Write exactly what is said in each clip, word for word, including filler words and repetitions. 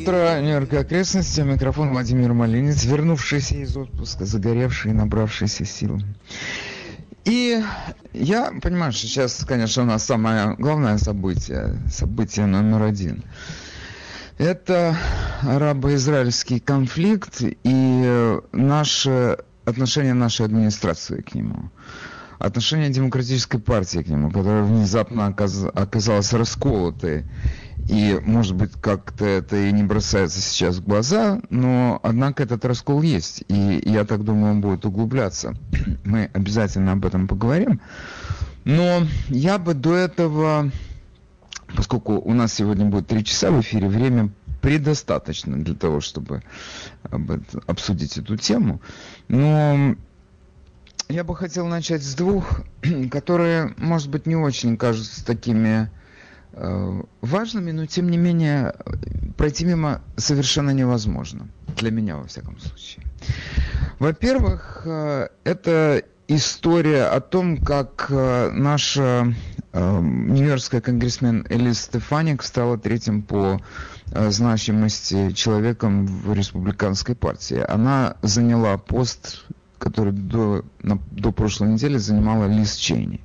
утро, Нью-Йорк и окрестности. Микрофон Владимир Малинец, вернувшийся из отпуска, загоревший и набравшийся сил. И я понимаю, что сейчас, конечно, у нас самое главное событие, событие номер один. Это арабо-израильский конфликт и наше отношение нашей администрации к нему. Отношение демократической партии к нему, которая внезапно оказ... оказалась расколотой. И, может быть, как-то это и не бросается сейчас в глаза, но, однако, этот раскол есть. И я так думаю, он будет углубляться. Мы обязательно об этом поговорим. Но я бы до этого, поскольку у нас сегодня будет три часа в эфире, время предостаточно для того, чтобы обсудить эту тему. Но я бы хотел начать с двух, которые, может быть, не очень кажутся такими э, важными, но, тем не менее, пройти мимо совершенно невозможно. Для меня, во всяком случае. Во-первых, э, это история о том, как э, наша э, нью-йоркская конгрессмен Элис Стефаник стала третьим по э, значимости человеком в республиканской партии. Она заняла пост, который до, на, до прошлой недели занимала Лиз Чейни.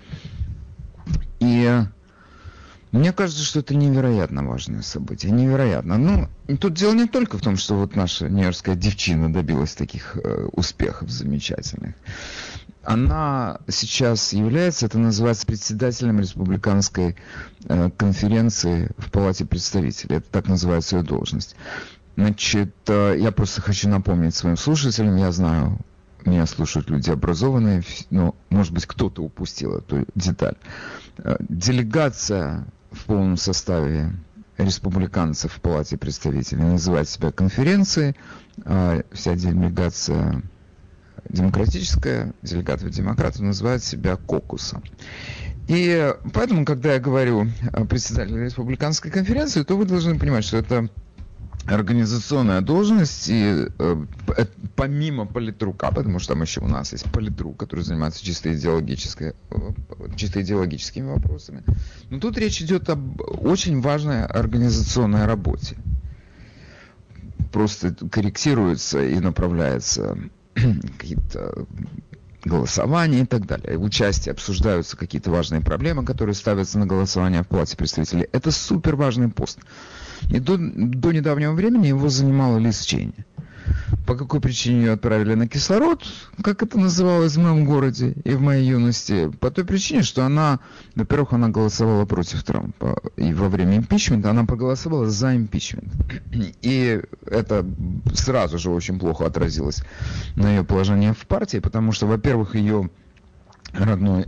И мне кажется, что это невероятно важное событие. Невероятно. Ну, тут дело не только в том, что вот наша нью-йоркская девчина добилась таких э, успехов замечательных. Она сейчас является, это называется, председателем республиканской э, конференции в Палате представителей. Это так называется ее должность. Значит, э, я просто хочу напомнить своим слушателям, я знаю, меня слушают люди образованные, но, может быть, кто-то упустил эту деталь. Делегация в полном составе республиканцев в Палате представителей называет себя конференцией, а вся делегация демократическая, делегатов-демократов называют себя кокусом. И поэтому, когда я говорю о председателе республиканской конференции, то вы должны понимать, что это организационная должность, и э, помимо политрука, потому что там еще у нас есть политрук, который занимается чисто, идеологической, чисто идеологическими вопросами. Но тут речь идет об очень важной организационной работе. Просто корректируется и направляется какие-то голосования и так далее. В участии обсуждаются какие-то важные проблемы, которые ставятся на голосование в Палате представителей. Это супер важный пост. И до, до недавнего времени его занимала Лиз Чейни. По какой причине ее отправили на кислород, как это называлось в моем городе и в моей юности? По той причине, что она, во-первых, она голосовала против Трампа. И во время импичмента она проголосовала за импичмент. И это сразу же очень плохо отразилось на ее положении в партии, потому что, во-первых, ее родной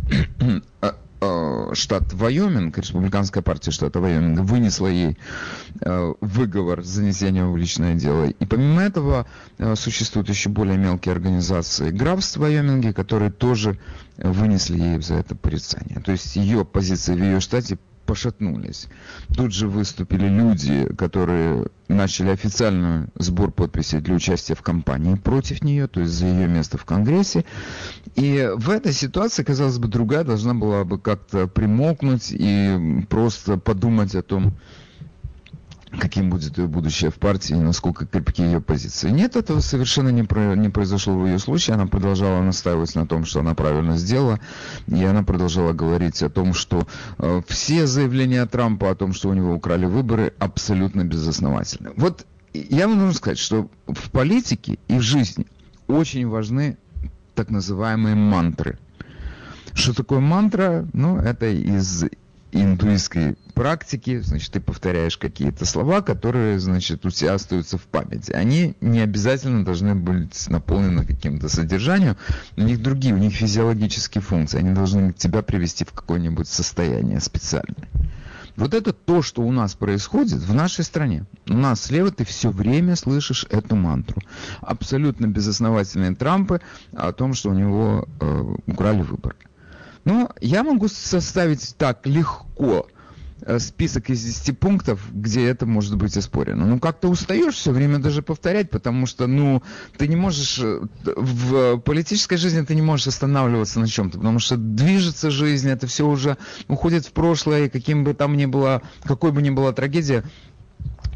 штат Вайоминг, республиканская партия штата Вайоминг, вынесла ей э, выговор за занесение в личное дело. И помимо этого э, существуют еще более мелкие организации графств в Вайоминге, которые тоже вынесли ей за это порицание. То есть ее позиции в ее штате пошатнулись. Тут же выступили люди, которые начали официальный сбор подписей для участия в кампании против нее, то есть за ее место в Конгрессе. И в этой ситуации, казалось бы, другая должна была бы как-то примолкнуть и просто подумать о том, каким будет ее будущее в партии и насколько крепки ее позиции. Нет, этого совершенно не, про, не произошло в ее случае. Она продолжала настаивать на том, что она правильно сделала, и она продолжала говорить о том, что э, все заявления Трампа о том, что у него украли выборы, абсолютно безосновательны. Вот я вам нужно сказать, что в политике и в жизни очень важны так называемые мантры. Что такое мантра? Ну, это из индуистской практики, значит, ты повторяешь какие-то слова, которые, значит, у тебя остаются в памяти. Они не обязательно должны быть наполнены каким-то содержанием, у них другие, у них физиологические функции, они должны тебя привести в какое-нибудь состояние специальное. Вот это то, что у нас происходит в нашей стране. У нас слева ты все время слышишь эту мантру. Абсолютно безосновательные Трампы о том, что у него э, украли выборы. Но я могу составить так легко список из десяти пунктов, где это может быть оспорено. Ну, как-то устаешь все время даже повторять, потому что, ну, ты не можешь, в политической жизни ты не можешь останавливаться на чем-то, потому что движется жизнь, это все уже уходит в прошлое, и каким бы там ни было, какой бы ни была трагедия,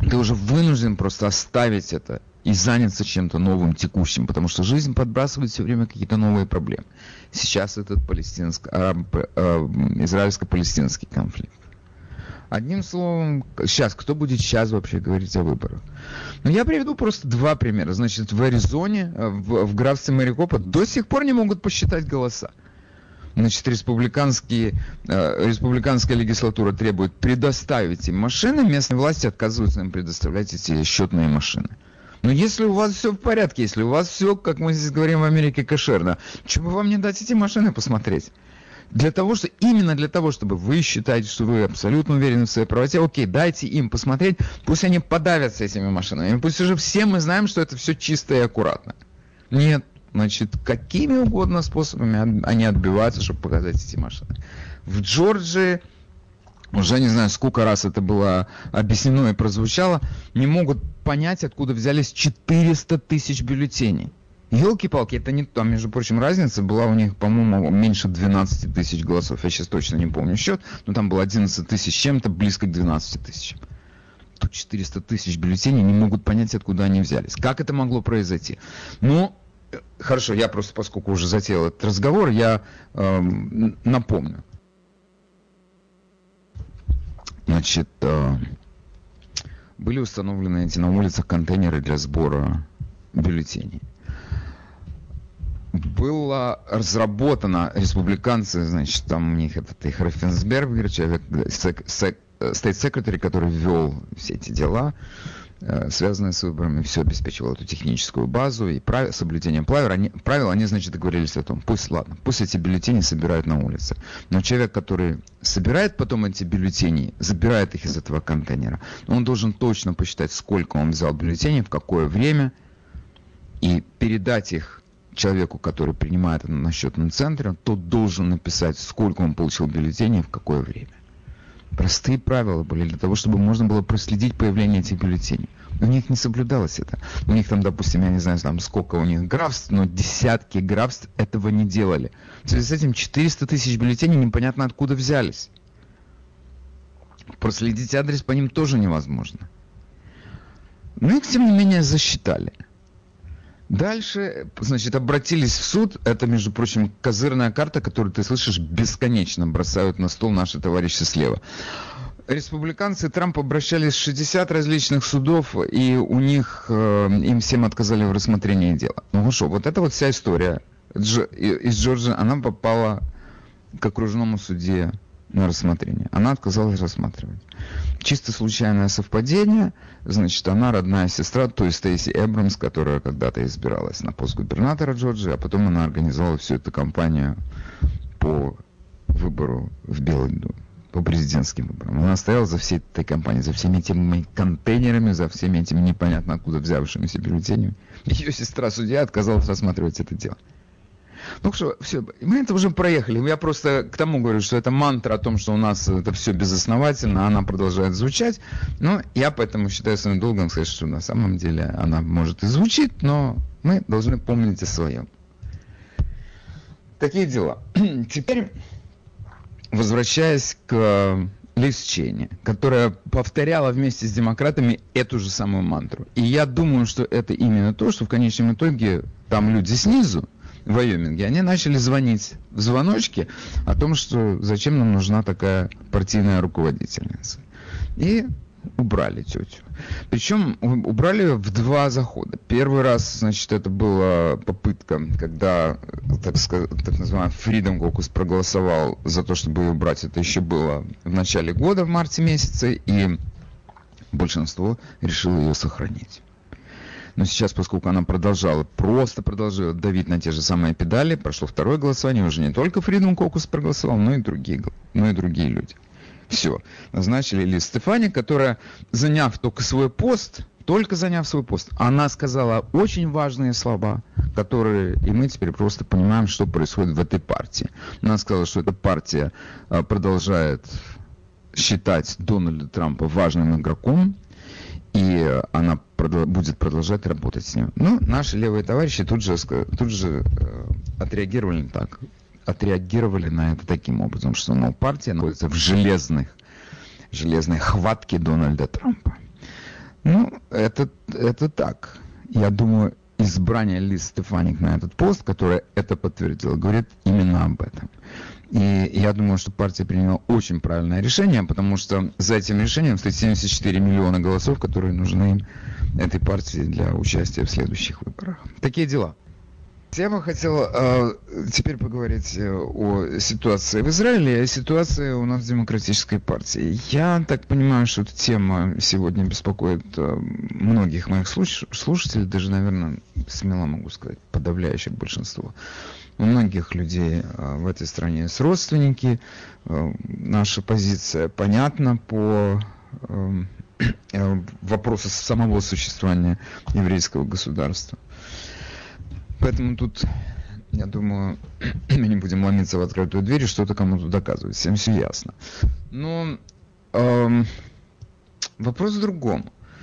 ты уже вынужден просто оставить это и заняться чем-то новым, текущим, потому что жизнь подбрасывает все время какие-то новые проблемы. Сейчас этот палестинско- араб- э, израильско-палестинский конфликт. Одним словом, сейчас, кто будет сейчас вообще говорить о выборах? Ну, я приведу просто два примера. Значит, в Аризоне, в, в графстве Марикопа до сих пор не могут посчитать голоса. Значит, республиканские, э, республиканская легислатура требует предоставить им машины, местные власти отказываются им предоставлять эти счетные машины. Но если у вас все в порядке, если у вас все, как мы здесь говорим в Америке, кошерно, чего бы вам не дать эти машины посмотреть? Для того, что, именно для того, чтобы вы считаете, что вы абсолютно уверены в своей правоте, окей, дайте им посмотреть, пусть они подавятся этими машинами, пусть уже все мы знаем, что это все чисто и аккуратно. Нет, значит, какими угодно способами они отбиваются, чтобы показать эти машины. В Джорджии, уже не знаю, сколько раз это было объяснено и прозвучало, не могут понять, откуда взялись четыреста тысяч бюллетеней. Елки-палки, это не там, между прочим, разница была у них, по-моему, меньше двенадцать тысяч голосов. Я сейчас точно не помню счет, но там было одиннадцать тысяч чем-то, близко к двенадцати тысячам. Тут четыреста тысяч бюллетеней, не могут понять, откуда они взялись. Как это могло произойти? Ну, хорошо, я просто, поскольку уже затеял этот разговор, я э, напомню. Значит, э, были установлены эти на улицах контейнеры для сбора бюллетеней. Было разработано, республиканцы, значит, там у них этот их Раффенсберг, человек, стейт-секретарь, который ввел все эти дела, э, связанные с выборами, все обеспечивал эту техническую базу и прав... соблюдением правил, они, правил, они, значит, договорились о том, пусть, ладно, пусть эти бюллетени собирают на улице, но человек, который собирает потом эти бюллетени, забирает их из этого контейнера, он должен точно посчитать, сколько он взял бюллетеней, в какое время, и передать их человеку, который принимает это на счетном центре, тот должен написать, сколько он получил бюллетеней, в какое время. Простые правила были для того, чтобы можно было проследить появление этих бюллетеней. У них не соблюдалось это. У них там, допустим, я не знаю, там сколько у них графств, но десятки графств этого не делали. В связи с этим четыреста тысяч бюллетеней непонятно откуда взялись. Проследить адрес по ним тоже невозможно. Но их, тем не менее, засчитали. Дальше, значит, обратились в суд. Это, между прочим, козырная карта, которую ты слышишь, бесконечно бросают на стол наши товарищи слева. Республиканцы Трамп обращались в шестьдесят различных судов, и у них, э, им всем отказали в рассмотрении дела. Ну хорошо, вот эта вот вся история Дж, из Джорджии, она попала к окружному суде на рассмотрение. Она отказалась рассматривать. Чисто случайное совпадение, значит, она родная сестра той Стейси Эбрамс, которая когда-то избиралась на пост губернатора Джорджии, а потом она организовала всю эту кампанию по выбору в Белый дом, по президентским выборам. Она стояла за всей этой кампанией, за всеми этими контейнерами, за всеми этими непонятно откуда взявшимися бюллетенями. Ее сестра-судья отказалась рассматривать это дело. Ну что, все, мы это уже проехали. Я просто к тому говорю, что это мантра о том, что у нас это все безосновательно, она продолжает звучать. Но я поэтому считаю своим долгом сказать, что на самом деле она может и звучит, но мы должны помнить о своем. Такие дела. Теперь, возвращаясь к Лиз Чейни, которая повторяла вместе с демократами эту же самую мантру. И я думаю, что это именно то, что в конечном итоге там люди снизу, в Вайоминге, они начали звонить в звоночки о том, что зачем нам нужна такая партийная руководительница. И убрали тетю. Причем убрали ее в два захода. Первый раз, значит, это была попытка, когда, так сказать, так называемый Freedom Caucus проголосовал за то, чтобы ее убрать. Это еще было в начале года, в марте месяце, и большинство решило ее сохранить. Но сейчас, поскольку она продолжала, просто продолжала давить на те же самые педали, прошло второе голосование, уже не только Freedom Caucus проголосовал, но и другие, но и другие люди. Все. Назначили Лиз Стефани, которая, заняв только свой пост, только заняв свой пост, она сказала очень важные слова, которые, и мы теперь просто понимаем, что происходит в этой партии. Она сказала, что эта партия продолжает считать Дональда Трампа важным игроком, и она будет продолжать работать с ним. Ну, наши левые товарищи тут же, тут же э, отреагировали так. Отреагировали на это таким образом, что, ну, партия находится в железных, железной хватке Дональда Трампа. Ну, это, это так. Я думаю, избрание Лиз Стефаник на этот пост, которая это подтвердила, говорит именно об этом. И я думаю, что партия приняла очень правильное решение, потому что за этим решением стоит семьдесят четыре миллиона голосов, которые нужны им, этой партии, для участия в следующих выборах. Такие дела. Я бы хотел э, теперь поговорить о ситуации в Израиле и о ситуации у нас в Демократической партии. Я так понимаю, что эта тема сегодня беспокоит э, многих моих слуш- слушателей, даже, наверное, смело могу сказать, подавляющее большинство. У многих людей э, в этой стране есть родственники. Э, наша позиция понятна по э, э, вопросу самого существования еврейского государства. Поэтому тут, я думаю, мы не будем ломиться в открытую дверь и что-то кому-то доказывать. Всем все ясно. Но эм, вопрос в другом.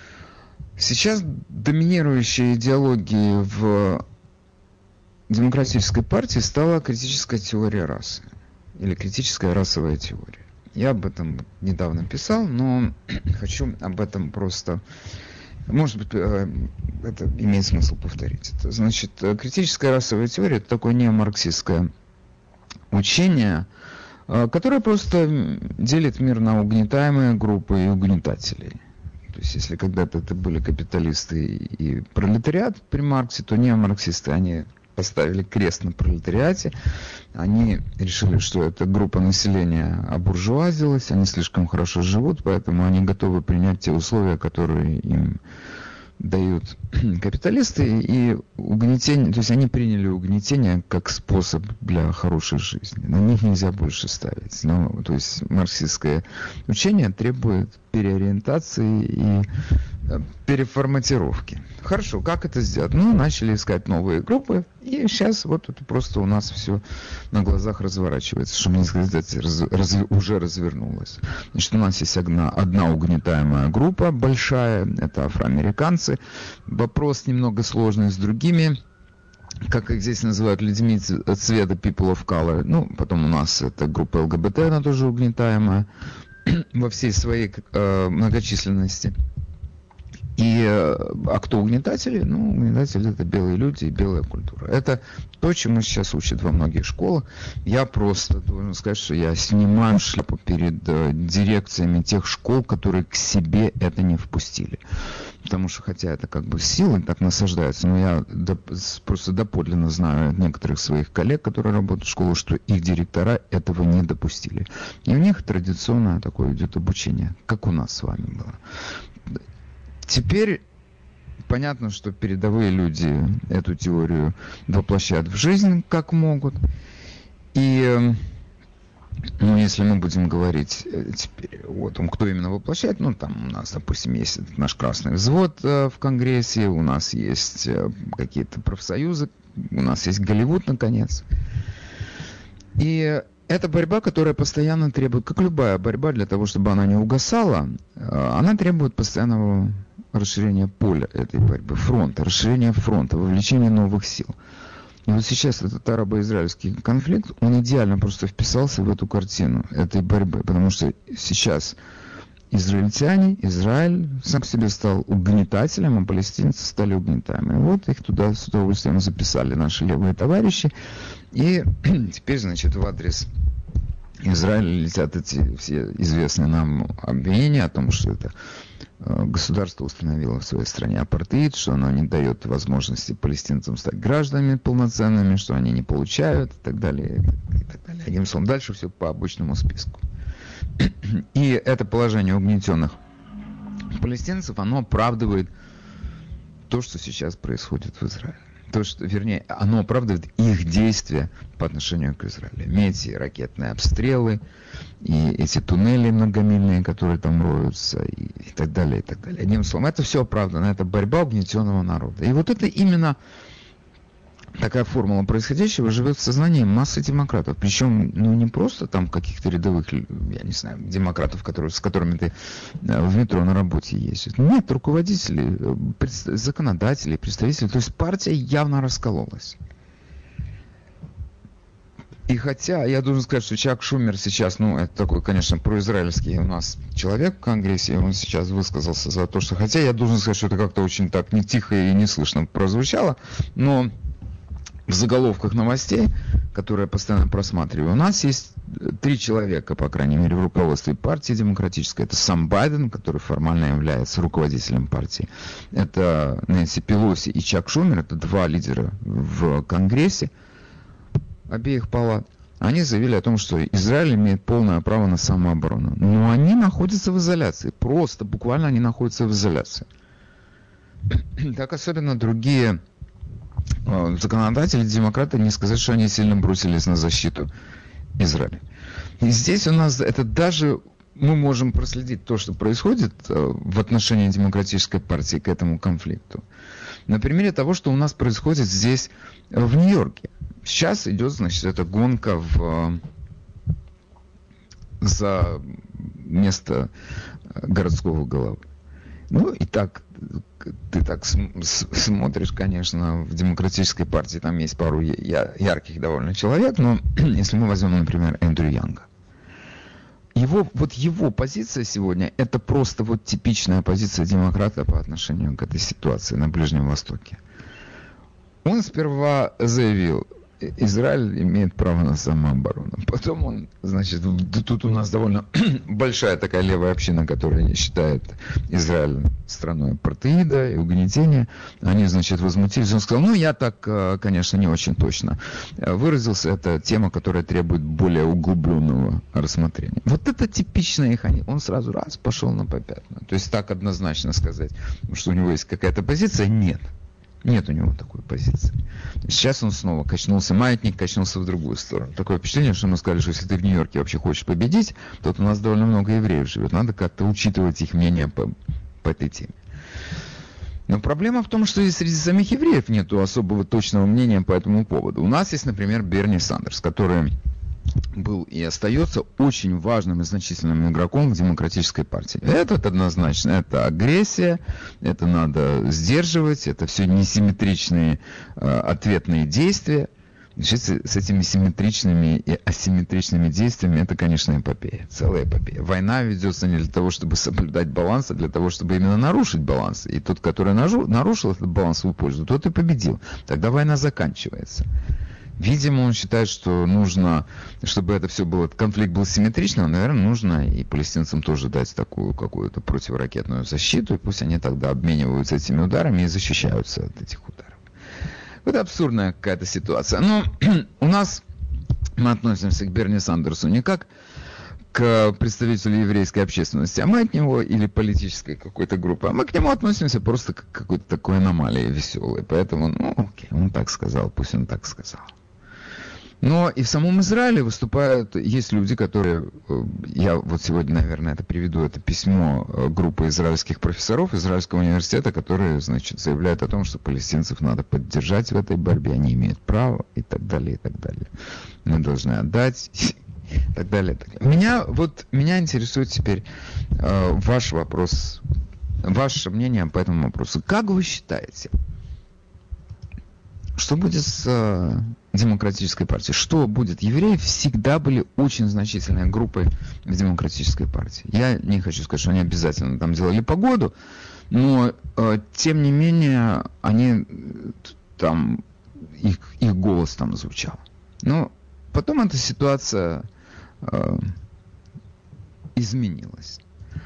Сейчас доминирующей идеологией в Демократической партии стала критическая теория расы. Или критическая расовая теория. Я об этом недавно писал, но хочу об этом просто... Может быть, это имеет смысл повторить. Это, значит, критическая расовая теория – это такое неомарксистское учение, которое просто делит мир на угнетаемые группы и угнетателей. То есть, если когда-то это были капиталисты и пролетариат при Марксе, то неомарксисты, они поставили крест на пролетариате, они решили, что эта группа населения обуржуазилась, они слишком хорошо живут, поэтому они готовы принять те условия, которые им дают капиталисты, и угнетение, то есть они приняли угнетение как способ для хорошей жизни. На них нельзя больше ставить. Но, то есть марксистское учение требует переориентации и переформатировки. Хорошо, как это сделать? Ну, начали искать новые группы, и сейчас вот это просто у нас все на глазах разворачивается, что, мне сказать, раз, раз, уже развернулось. Значит, у нас есть одна, одна угнетаемая группа, большая, это афроамериканцы. Вопрос немного сложный с другими, как их здесь называют, людьми цвета people of color. Ну, потом у нас это группа ЛГБТ, она тоже угнетаемая во всей своей э, многочисленности. И, а кто угнетатели? Ну, угнетатели — это белые люди и белая культура. Это то, чему сейчас учат во многих школах. Я просто должен сказать, что я снимаю шляпу перед э, дирекциями тех школ, которые к себе это не впустили. Потому что, хотя это как бы силой так насаждается, но я до, просто доподлинно знаю от некоторых своих коллег, которые работают в школе, что их директора этого не допустили. И у них традиционное такое идет обучение, как у нас с вами было. Теперь понятно, что передовые люди эту теорию воплощают в жизнь как могут. И, ну, если мы будем говорить теперь о том, кто именно воплощает, ну, там у нас, допустим, есть наш красный взвод в Конгрессе, у нас есть какие-то профсоюзы, у нас есть Голливуд, наконец. И это борьба, которая постоянно требует, как любая борьба, для того, чтобы она не угасала, она требует постоянного расширения поля этой борьбы, фронта, расширения фронта, вовлечения новых сил. И вот сейчас этот арабо-израильский конфликт, он идеально просто вписался в эту картину этой борьбы, потому что сейчас израильтяне, Израиль сам по себе стал угнетателем, а палестинцы стали угнетаемыми. Вот их туда с удовольствием записали наши левые товарищи. И теперь, значит, в адрес Израиля летят эти все известные нам обвинения о том, что это государство установило в своей стране апартеид, что оно не дает возможности палестинцам стать гражданами полноценными, что они не получают и так далее. И так далее. Одним словом, дальше все по обычному списку. И это положение угнетенных палестинцев, оно оправдывает то, что сейчас происходит в Израиле. То, что, вернее, оно оправдывает их действия по отношению к Израилю. Эти ракетные обстрелы, и эти туннели многомильные, которые там роются, и, и так далее, и так далее. Одним словом, это все оправдано, это борьба угнетенного народа. И вот это именно такая формула происходящего живет в сознании массы демократов. Причем, ну, не просто там каких-то рядовых, я не знаю, демократов, которые, с которыми ты в метро на работе ездишь. Нет, руководителей, законодателей, представителей. То есть партия явно раскололась. И хотя я должен сказать, что Чак Шумер сейчас, ну, это такой, конечно, произраильский у нас человек в Конгрессе, и он сейчас высказался за то, что... Хотя я должен сказать, что это как-то очень так не тихо и не слышно прозвучало, но в заголовках новостей, которые я постоянно просматриваю, у нас есть три человека, по крайней мере, в руководстве партии демократической. Это сам Байден, который формально является руководителем партии. Это Нэнси Пелоси и Чак Шумер, это два лидера в Конгрессе обеих палат. Они заявили о том, что Израиль имеет полное право на самооборону. Но они находятся в изоляции. Просто, буквально они находятся в изоляции. Так особенно другие законодатели, демократы, не сказать, что они сильно бросились на защиту Израиля. И здесь у нас это даже мы можем проследить то, что происходит в отношении демократической партии к этому конфликту. На примере того, что у нас происходит здесь в Нью-Йорке. Сейчас идет, значит, эта гонка в, за место городского главы. Ну и так ты так смотришь, конечно, в демократической партии там есть пару ярких довольно человек, но если мы возьмем, например, Эндрю Янга, его, вот его позиция сегодня, это просто вот типичная позиция демократа по отношению к этой ситуации на Ближнем Востоке. Он сперва заявил, Израиль имеет право на самооборону. Потом он, значит, тут у нас довольно большая такая левая община, которая считает Израиль страной апартеида и угнетения. Они, значит, возмутились. Он сказал, ну, я так, конечно, не очень точно выразился. Это тема, которая требует более углубленного рассмотрения. Вот это типичная их. Он сразу раз пошел на попятную. То есть так однозначно сказать, что у него есть какая-то позиция, нет. Нет у него такой позиции. Сейчас он снова качнулся, маятник качнулся в другую сторону. Такое впечатление, что ему сказали, что если ты в Нью-Йорке вообще хочешь победить, то тут у нас довольно много евреев живет. Надо как-то учитывать их мнение по, по этой теме. Но проблема в том, что и среди самих евреев нет особого точного мнения по этому поводу. У нас есть, например, Берни Сандерс, который был и остается очень важным и значительным игроком в демократической партии. Этот однозначно, это агрессия, это надо сдерживать, это все несимметричные э, ответные действия. Значит, с этими симметричными и асимметричными действиями это, конечно, эпопея, целая эпопея. Война ведется не для того, чтобы соблюдать баланс, а для того, чтобы именно нарушить баланс. И тот, который нарушил этот баланс в свою пользу, тот и победил. Тогда война заканчивается. Видимо, он считает, что нужно, чтобы это все было, конфликт был симметричным, наверное, нужно и палестинцам тоже дать такую какую-то противоракетную защиту, и пусть они тогда обмениваются этими ударами и защищаются от этих ударов. Это абсурдная какая-то ситуация. Но у нас мы относимся к Берни Сандерсу не как к представителю еврейской общественности, а мы от него, или политической какой-то группы, а мы к нему относимся просто как к какой-то такой аномалии веселой. Поэтому, ну, окей, он так сказал, пусть он так сказал. Но и в самом Израиле выступают, есть люди, которые, я вот сегодня, наверное, это приведу, это письмо группы израильских профессоров Израильского университета, которые, значит, заявляют о том, что палестинцев надо поддержать в этой борьбе, они имеют право, и так далее, и так далее. Мы должны отдать, и так далее, и так далее. Меня, вот, меня интересует теперь э, ваш вопрос, ваше мнение по этому вопросу. Как вы считаете, что будет с э, демократической партией? Что будет? Евреи всегда были очень значительной группой в демократической партии. Я не хочу сказать, что они обязательно там делали погоду, но э, тем не менее они там их, их голос там звучал. Но потом эта ситуация э, изменилась.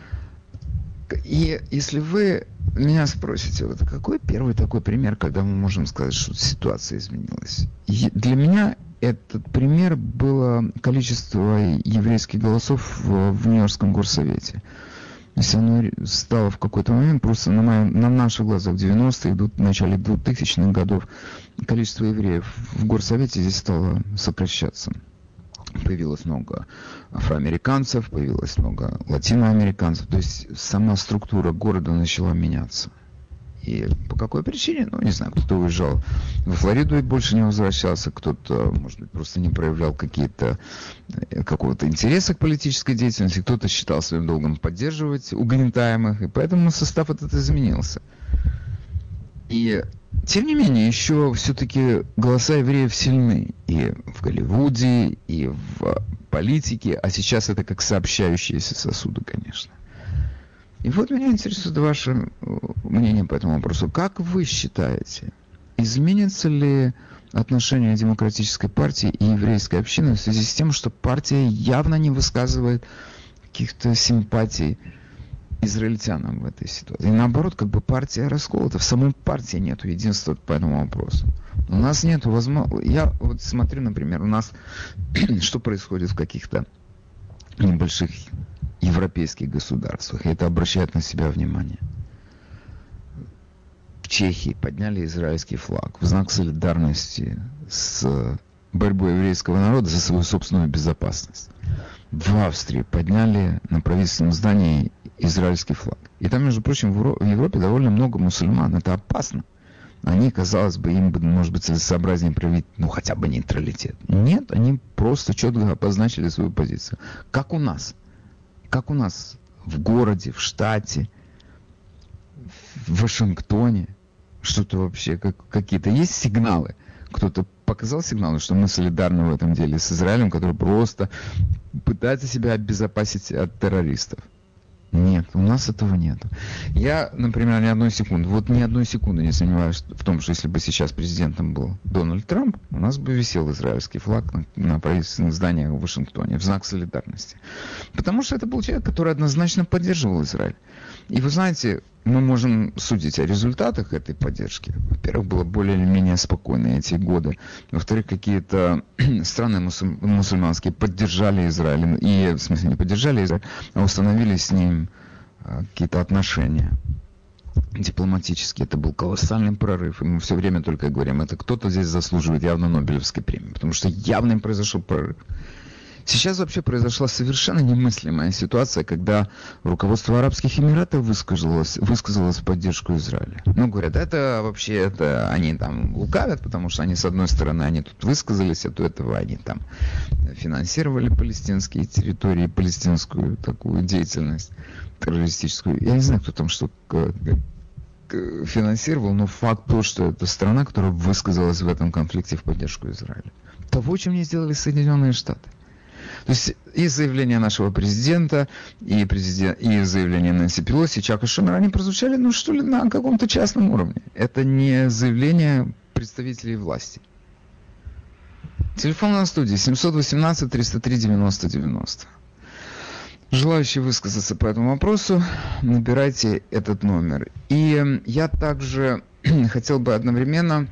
И если вы меня спросите, вот какой первый такой пример, когда мы можем сказать, что ситуация изменилась? И для меня этот пример было количество еврейских голосов в, в Нью-Йоркском горсовете. Если оно стало в какой-то момент, просто на, моем, на наших глазах в девяностых, в начале двухтысячных годов, количество евреев в горсовете здесь стало сокращаться. Появилось много афроамериканцев, появилось много латиноамериканцев. То есть сама структура города начала меняться. И по какой причине? Ну, не знаю, кто-то уезжал во Флориду и больше не возвращался, кто-то, может быть, просто не проявлял какие-то, какого-то интереса к политической деятельности, кто-то считал своим долгом поддерживать угнетаемых, и поэтому состав этот изменился. И Тем не менее, еще все-таки голоса евреев сильны и в Голливуде, и в политике, а сейчас это как сообщающиеся сосуды, конечно. И вот меня интересует ваше мнение по этому вопросу. Как вы считаете, изменится ли отношение демократической партии и еврейской общины в связи с тем, что партия явно не высказывает каких-то симпатий израильтянам в этой ситуации? И наоборот, как бы партия расколота, в самой партии нет единства по этому вопросу. У нас нет возможности. Я вот смотрю, например, у нас что происходит в каких-то небольших европейских государствах, и это обращает на себя внимание. В Чехии подняли израильский флаг в знак солидарности с борьбой еврейского народа за свою собственную безопасность. В Австрии подняли на правительственном здании израильский флаг. И там, между прочим, в Европе довольно много мусульман. Это опасно. Они, казалось бы, им бы, может быть, целесообразнее проявить, ну, хотя бы нейтралитет. Нет, они просто четко обозначили свою позицию. Как у нас. Как у нас в городе, в штате, в Вашингтоне. Что-то вообще, как, какие-то есть сигналы. Кто-то показал сигналы, что мы солидарны в этом деле с Израилем, который просто пытается себя обезопасить от террористов. Нет, у нас этого нет. Я, например, ни одной секунды, вот ни одной секунды не сомневаюсь в том, что если бы сейчас президентом был Дональд Трамп, у нас бы висел израильский флаг на, на правительственных зданиях в Вашингтоне в знак солидарности. Потому что это был человек, который однозначно поддерживал Израиль. И вы знаете, мы можем судить о результатах этой поддержки. Во-первых, было более или менее спокойно эти годы. Во-вторых, какие-то страны мусуль- мусульманские поддержали Израиль. И, в смысле, не поддержали Израиль, а установили с ним а, какие-то отношения дипломатические. Это был колоссальный прорыв. И мы все время только говорим, это кто-то здесь заслуживает явно Нобелевской премии. Потому что явно им произошел прорыв. Сейчас вообще произошла совершенно немыслимая ситуация, когда руководство Арабских Эмиратов высказалось, высказалось в поддержку Израиля. Ну, говорят, это вообще, это они там лукавят, потому что они, с одной стороны, они тут высказались, а до этого они там финансировали палестинские территории, палестинскую такую деятельность террористическую. Я не знаю, кто там что финансировал, но факт то, что это страна, которая высказалась в этом конфликте в поддержку Израиля. Того, чем не сделали Соединенные Штаты. То есть и заявление нашего президента, и, президент, и заявление Нэнси Пелоси, и Чака Шумера, они прозвучали, ну что ли, на каком-то частном уровне. Это не заявление представителей власти. Телефон на студии семь один восемь триста три девяносто девяносто. Желающие высказаться по этому вопросу, набирайте этот номер. И я также хотел бы одновременно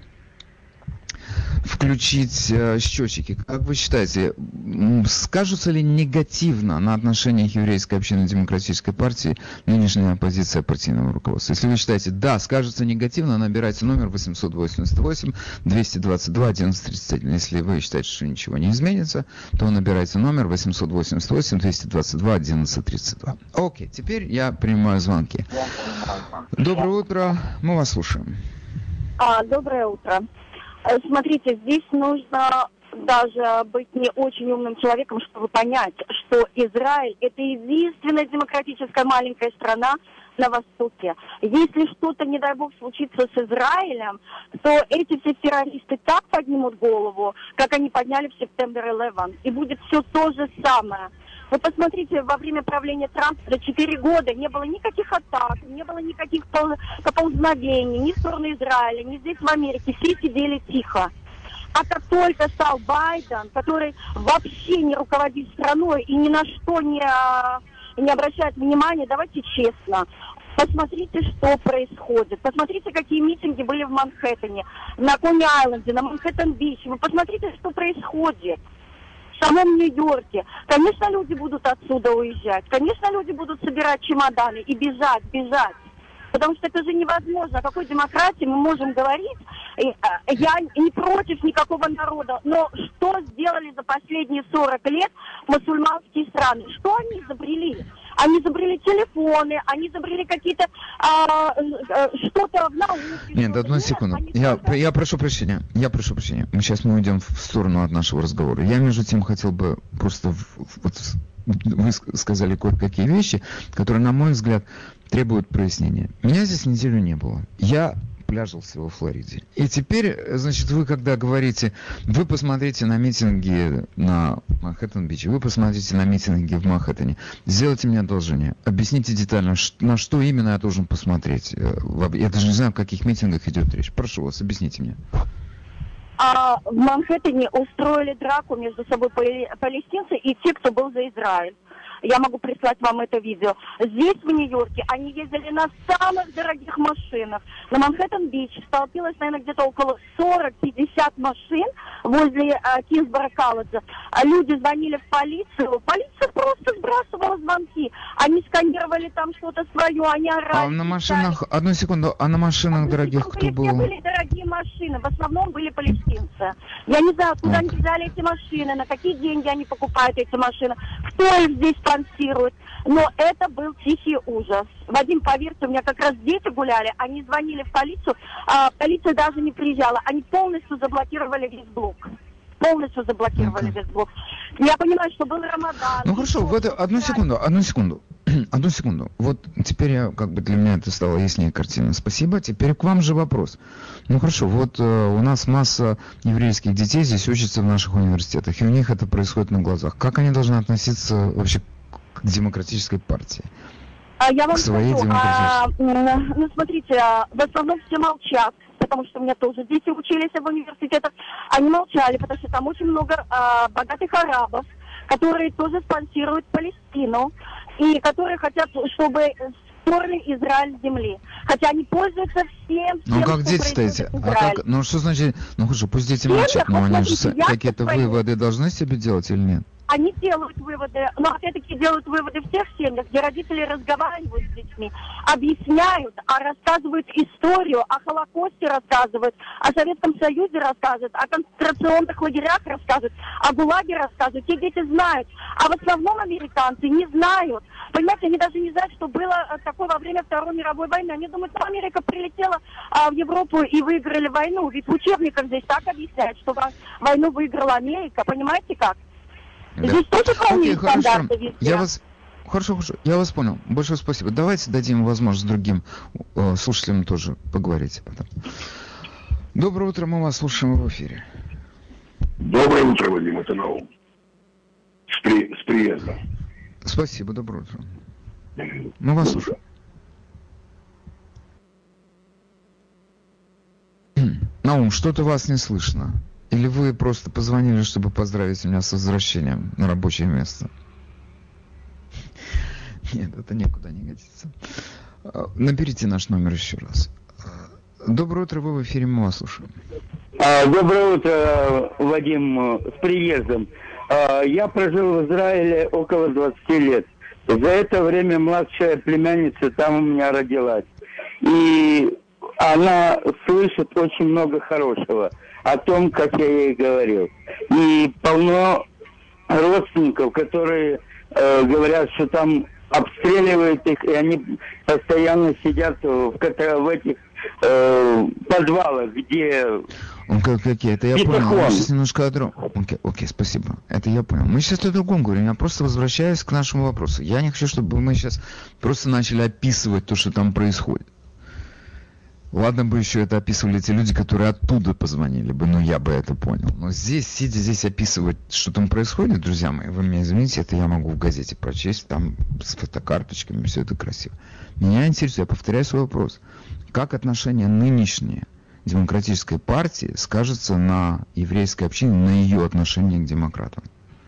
включить э, счетчики. Как вы считаете, скажутся ли негативно на отношениях еврейской общины и демократической партии нынешняя позиция партийного руководства? Если вы считаете, да, скажется негативно, набирайте номер восемь восемь восемь двести двадцать два одиннадцать тридцать один. Если вы считаете, что ничего не изменится, то набирайте номер восемь восемь восемь двести двадцать два одиннадцать тридцать два. Окей, теперь я принимаю звонки. Доброе утро, мы вас слушаем. А, доброе утро. Смотрите, здесь нужно даже быть не очень умным человеком, чтобы понять, что Израиль – это единственная демократическая маленькая страна на Востоке. Если что-то, не дай бог, случится с Израилем, то эти все террористы так поднимут голову, как они подняли в сентябре одиннадцатый, и будет все то же самое. Вы посмотрите, во время правления Трампа за четыре года не было никаких атак, не было никаких поползновений, ни в сторону Израиля, ни здесь в Америке. Все сидели тихо. А как только стал Байден, который вообще не руководит страной и ни на что не, не обращает внимания, давайте честно, посмотрите, что происходит. Посмотрите, какие митинги были в Манхэттене, на Кони-Айленде, на Манхэттен-Бич. Вы посмотрите, что происходит. В самом Нью-Йорке. Конечно, люди будут отсюда уезжать. Конечно, люди будут собирать чемоданы и бежать, бежать. Потому что это же невозможно. О какой демократии мы можем говорить? Я не против никакого народа. Но что сделали за последние сорок лет мусульманские страны? Что они изобрели? Они изобрели телефоны, они изобрели какие-то а, а, что-то в науке. Нет, одну секунду. Я, я прошу прощения. Я прошу прощения. Мы сейчас мы уйдем в сторону от нашего разговора. Я, между тем, хотел бы просто... Вот, вы сказали кое-какие вещи, которые, на мой взгляд, требуют прояснения. Меня здесь неделю не было. Я пляжился во Флориде. И теперь, значит, вы когда говорите, вы посмотрите на митинги на Манхэттен-Бич, вы посмотрите на митинги в Манхэттене, сделайте мне одолжение, объясните детально, на что именно я должен посмотреть. Я даже не знаю, о каких митингах идет речь. Прошу вас, объясните мне. А в Манхэттене устроили драку между собой палестинцы и те, кто был за Израиль. Я могу прислать вам это видео. Здесь, в Нью-Йорке, они ездили на самых дорогих машинах. На Манхэттен-Бич столпилось, наверное, где-то около сорок-пятьдесят машин возле э, Кинсборо-колледжа. А люди звонили в полицию. Полиция просто сбрасывала звонки. Они сканировали там что-то свое, они орали. А на машинах, одну секунду, а на машинах одну дорогих секунду, кто был? Все были дорогие машины, в основном были палестинцы. Я не знаю, откуда они взяли эти машины, на какие деньги они покупают эти машины, кто их здесь спонсирует. Но это был тихий ужас. Вадим, поверьте, у меня как раз дети гуляли, они звонили в полицию, а полиция даже не приезжала. Они полностью заблокировали весь блок. Полностью заблокировали Ну-ка. весь блок. Я понимаю, что был Рамадан. Ну хорошо, в это, одну секунду, одну секунду, одну секунду. Вот теперь я, как бы для меня это стало яснее картина. Спасибо. Теперь к вам же вопрос. Ну хорошо, вот э, у нас масса еврейских детей здесь учатся в наших университетах, и у них это происходит на глазах. Как они должны относиться вообще к демократической партии? А я вам К своей скажу, а, демократической. ну смотрите, а, в основном все молчат, потому что у меня тоже дети учились в университетах, они молчали, потому что там очень много а, богатых арабов, которые тоже спонсируют Палестину, и которые хотят, чтобы стерли Израиль с земли. Хотя они пользуются всем, Ну всем, как что дети-то эти? производит А Израиль. как? Ну что значит? Ну хорошо, пусть дети Нет, молчат, но вот они же смотрите, я какие-то как пойму. выводы должны себе делать или нет? Они делают выводы, но опять-таки делают выводы в тех семьях, где родители разговаривают с детьми, объясняют, а рассказывают историю, о Холокосте рассказывают, о Советском Союзе рассказывают, о концентрационных лагерях рассказывают, о ГУЛАГе рассказывают. Те дети знают, а в основном американцы не знают. Понимаете, они даже не знают, что было такое во время Второй мировой войны. Они думают, что Америка прилетела а, в Европу и выиграли войну. Ведь в учебниках здесь так объясняют, что войну выиграла Америка. Понимаете как? Да. Здесь тоже вполне Окей, хорошо. стандарты везде. Я вас... Хорошо, хорошо. Я вас понял. Большое спасибо. Давайте дадим возможность другим э, слушателям тоже поговорить об этом. Доброе утро, мы вас слушаем в эфире. Доброе утро, Вадим, это Наум. С, при... с приездом. Спасибо, доброе утро. Мы вас слушаем. Наум, что-то вас не слышно. Или вы просто позвонили, чтобы поздравить меня с возвращением на рабочее место? Нет, это никуда не годится. Наберите наш номер еще раз. Доброе утро, вы в эфире, мы вас слушаем. Доброе утро, Вадим, с приездом. Я прожил в Израиле около двадцати лет. За это время младшая племянница там у меня родилась. И она слышит очень много хорошего о том, как я ей говорил. И полно родственников, которые э, говорят, что там обстреливают их, и они постоянно сидят в, в этих э, подвалах, где... Как, какие? Это я Петахон. понял. Мы сейчас немножко о другом. Окей, окей, спасибо. Это я понял. Мы сейчас о другом говорим. Я просто возвращаюсь к нашему вопросу. Я не хочу, чтобы мы сейчас просто начали описывать то, что там происходит. Ладно бы еще это описывали те люди, которые оттуда позвонили бы, но я бы это понял. Но здесь, сидя здесь описывать, что там происходит, друзья мои, вы меня извините, это я могу в газете прочесть, там с фотокарточками, все это красиво. Меня интересует, я повторяю свой вопрос, как отношение нынешней демократической партии скажется на еврейской общине, на ее отношение к демократам?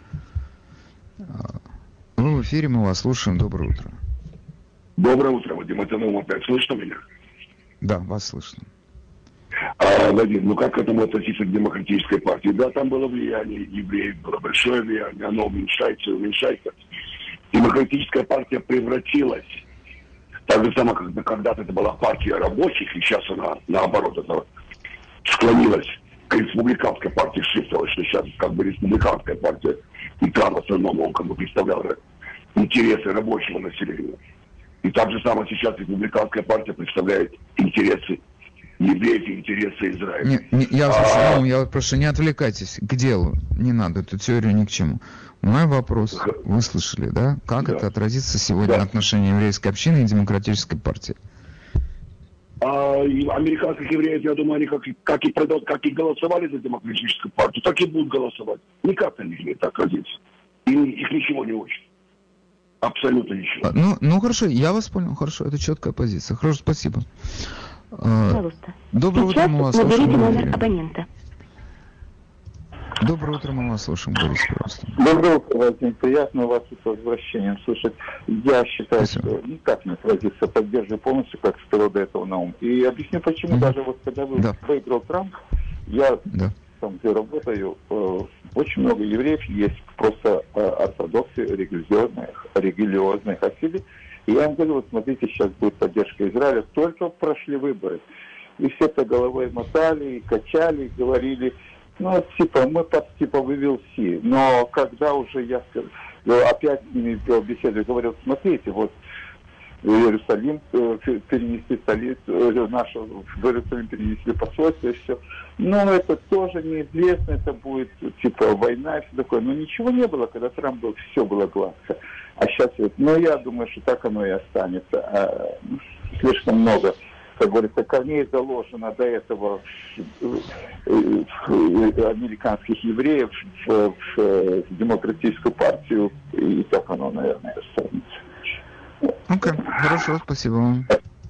Вы в эфире, мы вас слушаем, доброе утро. Доброе утро, Вадим, это Наум опять. Слышно меня? Да, вас слышно. А, Вадим, ну как к этому относиться к демократической партии? Да, там было влияние евреев, было большое влияние, оно уменьшается и уменьшается. Демократическая партия превратилась, так же самое, как когда-то это была партия рабочих, и сейчас она, наоборот, это склонилась к республиканской партии, шифтовалась, что сейчас как бы республиканская партия, и там в основном он как бы представлял интересы рабочего населения. И так же самое сейчас республиканская партия представляет интересы евреев и интересы Израиля. Не, не, я слушаю, А... ну, я вот прошу, не отвлекайтесь к делу, не надо, эту теорию ни к чему. Мой вопрос, вы слышали, да? Как Да. это отразится сегодня Да. на отношении еврейской общины и демократической партии? А, и американских евреев, я думаю, они как, как, и продал, как и голосовали за демократическую партию, так и будут голосовать. Никак на них не так родиться. И их ничего не очень. Абсолютно ничего. Ну, ну хорошо, я вас понял, хорошо, это четкая позиция. Хорошо, спасибо. Пожалуйста. Доброе Сейчас утро, мы вас наберите слушаем. номер абонента. Доброе утро, мы вас слушаем, Борис, пожалуйста. Доброе утро, Владимир. Приятно вас с возвращением слушать. Я считаю, Спасибо. что никак не отразится, поддерживаю полностью, как сказал до этого Наум. И объясню почему. Mm-hmm. Даже вот когда вы Да. выиграл Трамп, я Да. там, где работаю, э, очень много евреев есть, просто э, ортодоксы, религиозные, религиозные хасиды. И я им говорю, вот смотрите, сейчас будет поддержка Израиля. Только прошли выборы. И все это головой мотали, и качали, и говорили, ну, типа, мы под, типа, вывел Си. Но когда уже я опять с ними беседую, говорил, смотрите, вот в Иерусалим э, перенесли столицу, э, нашу, в Иерусалим перенесли посольство и все. Но это тоже неизвестно, это будет, типа, война и все такое. Но ничего не было, когда Трамп был, все было гладко. А сейчас, ну, я думаю, что так оно и останется. А, ну, слишком много, как говорится, корней заложено до этого американских евреев в, в демократическую партию, и так оно, наверное, останется. Окей, okay. Хорошо, спасибо вам.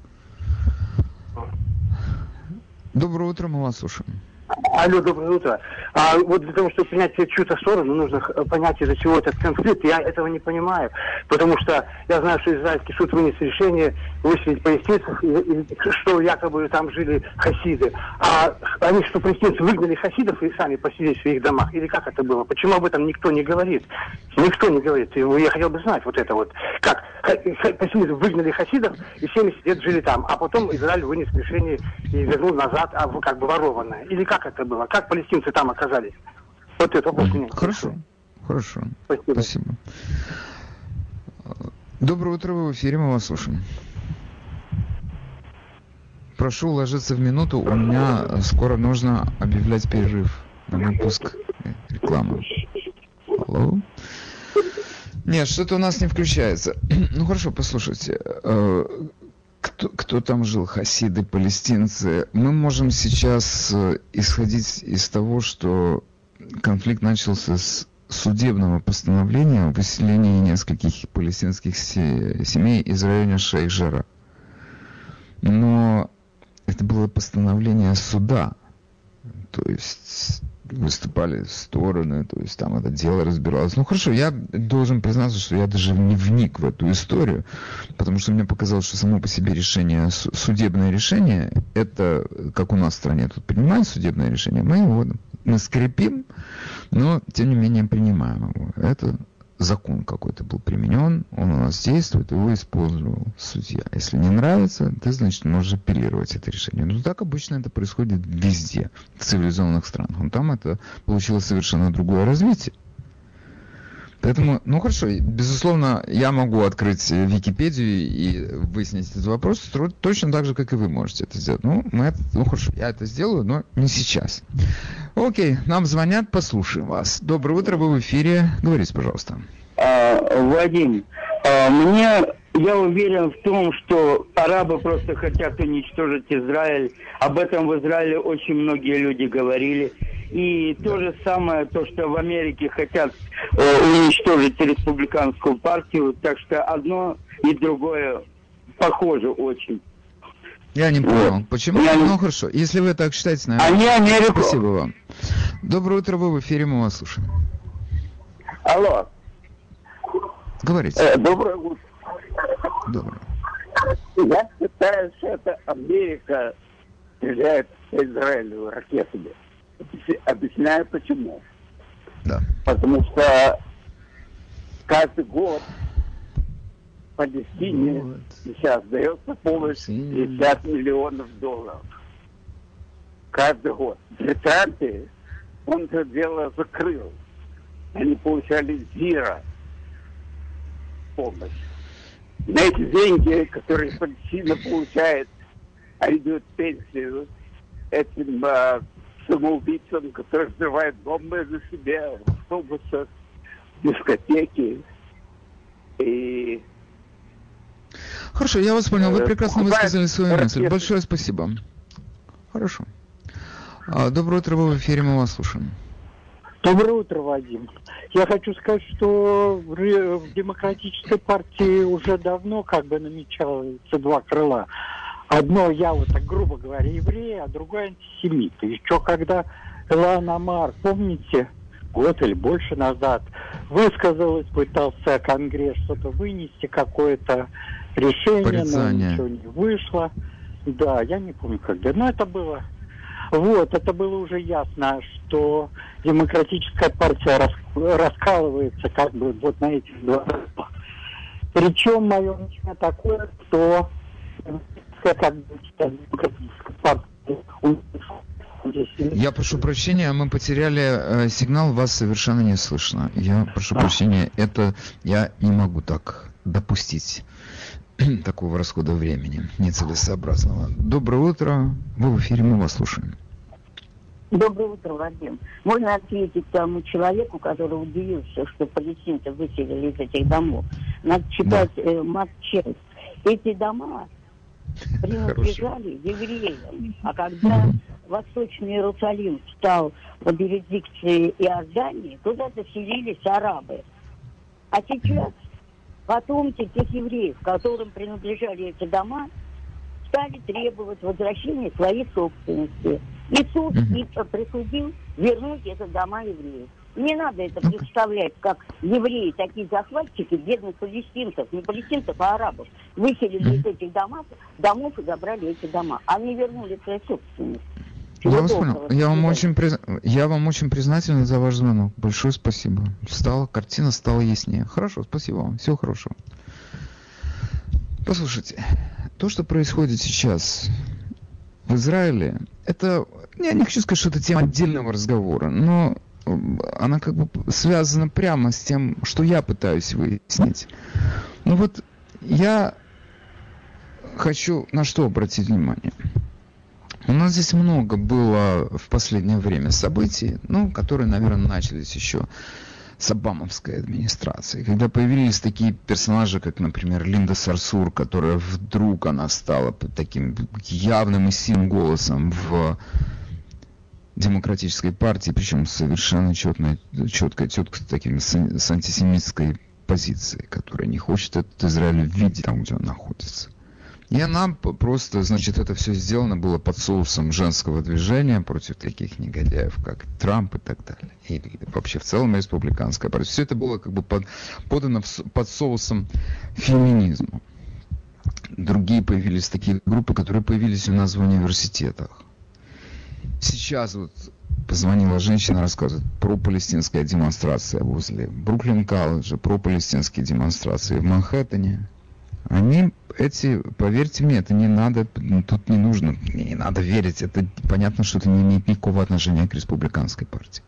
Доброе утро, мы вас слушаем. Алло, доброе утро. А вот для того, чтобы принять чью-то сторону, нужно понять, из-за чего этот конфликт. Я этого не понимаю, потому что я знаю, что израильский суд вынес решение выселить палестинцев, и, и, что якобы там жили хасиды. А они, что палестинцы выгнали хасидов и сами поселились в своих домах? Или как это было? Почему об этом никто не говорит? Никто не говорит. И я хотел бы знать вот это вот. Как палестинцы выгнали хасидов и семьдесят лет жили там, а потом Израиль вынес решение и вернул назад, а как бы ворованное. Или как это было? Как палестинцы там оказались? Вот это вопрос меня. Хорошо, хорошо. Спасибо. Спасибо. Доброе утро, вы в эфире, мы вас слушаем. Прошу уложиться в минуту, у меня скоро нужно объявлять перерыв на выпуск рекламы. Алло? Нет, что-то у нас не включается. Ну хорошо, послушайте. Кто, кто там жил, хасиды, палестинцы? Мы можем сейчас исходить из того, что конфликт начался с судебного постановления о выселении нескольких палестинских семей из района Шейх-Жара. Но это было постановление суда. То есть выступали стороны, то есть там это дело разбиралось. Ну хорошо, я должен признаться, что я даже не вник в эту историю, потому что мне показалось, что само по себе решение, судебное решение, это, как у нас в стране тут принимают судебное решение, мы его мы скрепим, но тем не менее принимаем его. Это закон какой-то был применен, он у нас действует, его использовал судья. Если не нравится, ты, значит, можешь апеллировать это решение. Но так обычно это происходит везде, в цивилизованных странах. Но там это получило совершенно другое развитие. Поэтому, ну хорошо, безусловно, я могу открыть Википедию и выяснить этот вопрос точно так же, как и вы можете это сделать. Ну, мы это, ну хорошо, я это сделаю, но не сейчас. Окей, нам звонят, послушаем вас. Доброе утро, вы в эфире. Говорите, пожалуйста. А, Вадим, а, мне, я уверен в том, что арабы просто хотят уничтожить Израиль. Об этом в Израиле очень многие люди говорили. И то же самое, то, что в Америке хотят э, уничтожить республиканскую партию, так что одно и другое похоже очень. Я не понял. Вот. Почему? Я ну не... хорошо, если вы так считаете, наверное... Они Америку... Спасибо вам. Доброе утро, вы в эфире, мы вас слушаем. Алло. Говорите. Э, доброе утро. Доброе. Я считаю, что это Америка стреляет по Израилю ракетами. Объясняю почему. Да. Потому что каждый год Палестине вот. Сейчас дается помощь пятьдесят миллионов долларов. Каждый год. Британцы, он это дело закрыл. Они получали зиро помощь. На эти деньги, которые Палестина получает, они дают пенсию этим самоубийцам, которые взрывают бомбы на себе в автобусах, в дискотеке. И Хорошо, я вас понял. Вы прекрасно высказали свою мысль. Ракеты. Большое спасибо. Хорошо. А, доброе утро, вы в эфире, мы вас слушаем. Доброе утро, Вадим. Я хочу сказать, что в ре- в демократической партии уже давно как бы намечаются два крыла. Одно, я вот так грубо говоря, еврей, а другое антисемит. И еще когда Илхан Омар, помните, год или больше назад, высказалась, пытался Конгресс что-то вынести, какое-то решение, Порицание. но ничего не вышло. Да, я не помню когда, но это было... Вот, это было уже ясно, что демократическая партия рас, раскалывается как бы вот на этих два. Причем мое мнение такое, что как бы демократическая партия... Я прошу прощения, мы потеряли э, сигнал, вас совершенно не слышно. Я прошу А. прощения, это я не могу так допустить такого расхода времени нецелесообразного. Доброе утро, вы в эфире, мы вас слушаем. Доброе утро, Вадим. Можно ответить тому человеку, который удивился, что палестинцев выселили из этих домов. Надо читать Да. э, матчасть. Эти дома принадлежали евреям. А когда Восточный Иерусалим стал под юрисдикцией Иордании, туда заселились арабы. А сейчас потомки тех евреев, которым принадлежали эти дома, стали требовать возвращения своей собственности. И суд их присудил вернуть эти дома евреев. Не надо это представлять, как евреи, такие захватчики, бедных палестинцев, не палестинцев, а арабов, выселили из этих домов, домов и забрали эти дома. Они вернули свою собственность. Всего Я вас доброго. понял. Я вам, очень приз... я вам очень признателен за ваш звонок. Большое спасибо. Стала, картина стала яснее. Хорошо, спасибо вам. Всего хорошего. Послушайте, то, что происходит сейчас в Израиле, это, я не хочу сказать, что это тема отдельного разговора, но она как бы связана прямо с тем, что я пытаюсь выяснить. Ну вот, я хочу на что обратить внимание. У нас здесь много было в последнее время событий, ну, которые, наверное, начались еще с обамовской администрации, когда появились такие персонажи, как, например, Линда Сарсур, которая вдруг она стала таким явным и сильным голосом в демократической партии, причем совершенно четной, четкой, четко с таким с, с антисемитской позицией, которая не хочет этот Израиль видеть там, где он находится. И она просто, значит, это все сделано было под соусом женского движения против таких негодяев, как Трамп и так далее. И вообще в целом республиканская партия. Все это было как бы под, подано в, под соусом феминизма. Другие появились такие группы, которые появились у нас в университетах. Сейчас вот позвонила женщина, рассказывает про палестинская демонстрация возле Бруклин-колледжа, про палестинские демонстрации в Манхэттене. Они, эти, поверьте мне, это не надо, тут не нужно, не надо верить, это понятно, что это не имеет никакого отношения к республиканской партии.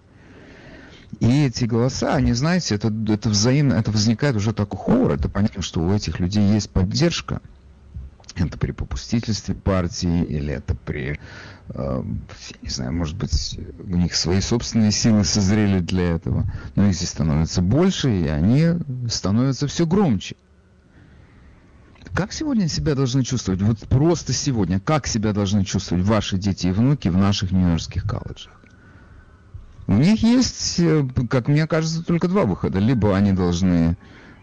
И эти голоса, они, знаете, это, это взаимно, это возникает уже такой хор, это понятно, что у этих людей есть поддержка. Это при попустительстве партии, или это при, э, я не знаю, может быть, у них свои собственные силы созрели для этого, но их здесь становится больше, и они становятся все громче. Как сегодня себя должны чувствовать, вот просто сегодня, как себя должны чувствовать ваши дети и внуки в наших нью-йоркских колледжах? У них есть, как мне кажется, только два выхода. Либо они должны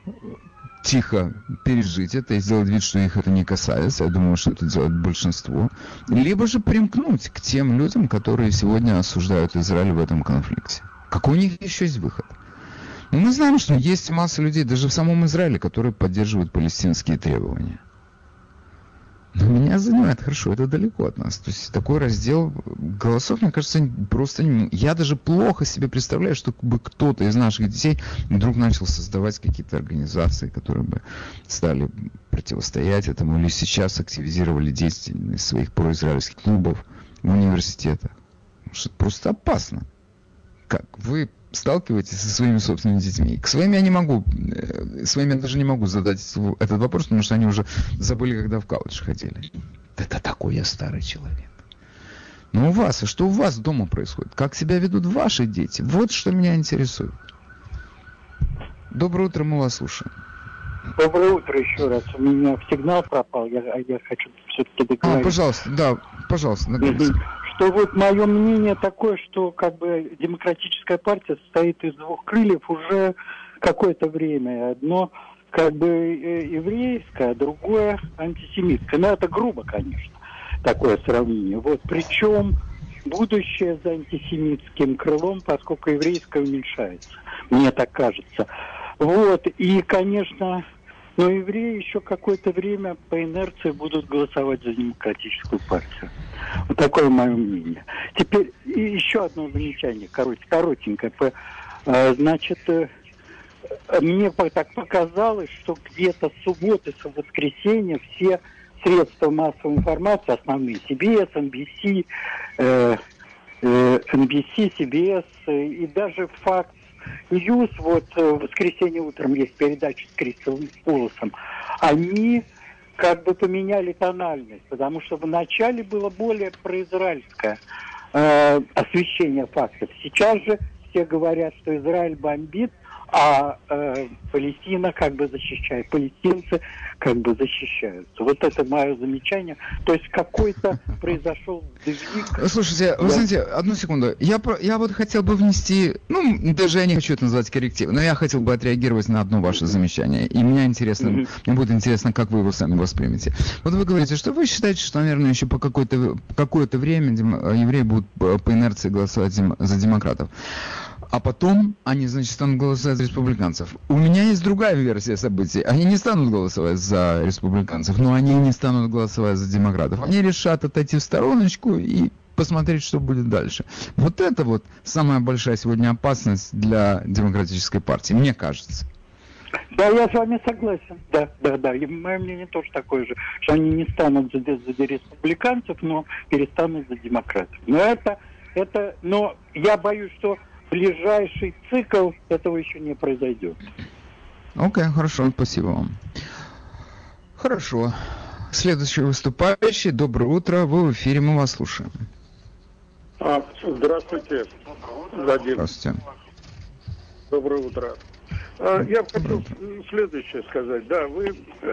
тихо пережить это и сделать вид, что их это не касается. Я думаю, что это делает большинство. Либо же примкнуть к тем людям, которые сегодня осуждают Израиль в этом конфликте. Какой у них еще есть выход? Но мы знаем, что есть масса людей, даже в самом Израиле, которые поддерживают палестинские требования. Но меня занимает, хорошо, это далеко от нас. То есть такой раздел голосов, мне кажется, просто не... Я даже плохо себе представляю, что бы кто-то из наших детей вдруг начал создавать какие-то организации, которые бы стали противостоять этому, или сейчас активизировали деятельность своих произраильских клубов в университетах. Потому что это просто опасно. Как вы сталкиваетесь со своими собственными детьми? К своим я не могу, своим я даже не могу задать этот вопрос, потому что они уже забыли, когда в колледж ходили. Это такой я старый человек. Но у вас, а что у вас дома происходит? Как себя ведут ваши дети? Вот что меня интересует. Доброе утро, мы вас слушаем. Доброе утро еще раз. У меня сигнал пропал, я, я хочу все-таки договориться. А, пожалуйста, да, пожалуйста, договоритесь. Что вот мое мнение такое, что как бы демократическая партия состоит из двух крыльев уже какое-то время. Одно как бы еврейское, а другое антисемитское. Но это грубо, конечно, такое сравнение. Вот причем будущее за антисемитским крылом, поскольку еврейское уменьшается. Мне так кажется. Вот, и, конечно, но евреи еще какое-то время по инерции будут голосовать за демократическую партию. Вот такое мое мнение. Теперь и еще одно замечание, корот, коротенькое. Значит, мне так показалось, что где-то с субботы, с воскресенья все средства массовой информации, основные, си би эс, эн би си, э, э, эн би си, си би эс э, и даже Fox News, вот в воскресенье утром есть передача с Кристом Уоллесом, они как бы поменяли тональность, потому что вначале было более произраильское э, освещение фактов. Сейчас же все говорят, что Израиль бомбит, а э, Палестина как бы защищает, палестинцы как бы защищаются. Вот это мое замечание. То есть какой-то произошел сдвиг. Слушайте, вы знаете, одну секунду. Я, я вот хотел бы внести, ну, даже я не хочу это назвать корректив, но я хотел бы отреагировать на одно ваше замечание. И мне интересно, mm-hmm. мне будет интересно, как вы его сами воспримете. Вот вы говорите, что вы считаете, что, наверное, еще по какое-то, какое-то время евреи будут по инерции голосовать за демократов. А потом они, значит, станут голосовать за республиканцев. У меня есть другая версия событий. Они не станут голосовать за республиканцев, но они не станут голосовать за демократов. Они решат отойти в стороночку и посмотреть, что будет дальше. Вот это вот самая большая сегодня опасность для демократической партии, мне кажется. Да, я с вами согласен. Да, да, да. И мое мнение тоже такое же, что они не станут за, за республиканцев, но перестанут за демократов. Но это, это, но я боюсь, что ближайший цикл этого еще не произойдет. Окей, okay, хорошо, спасибо вам. Хорошо. Следующий выступающий. Доброе утро, вы в эфире, мы вас слушаем. А, здравствуйте, Владимир. Здравствуйте. Доброе утро. А, я хочу следующее сказать. Да, вы,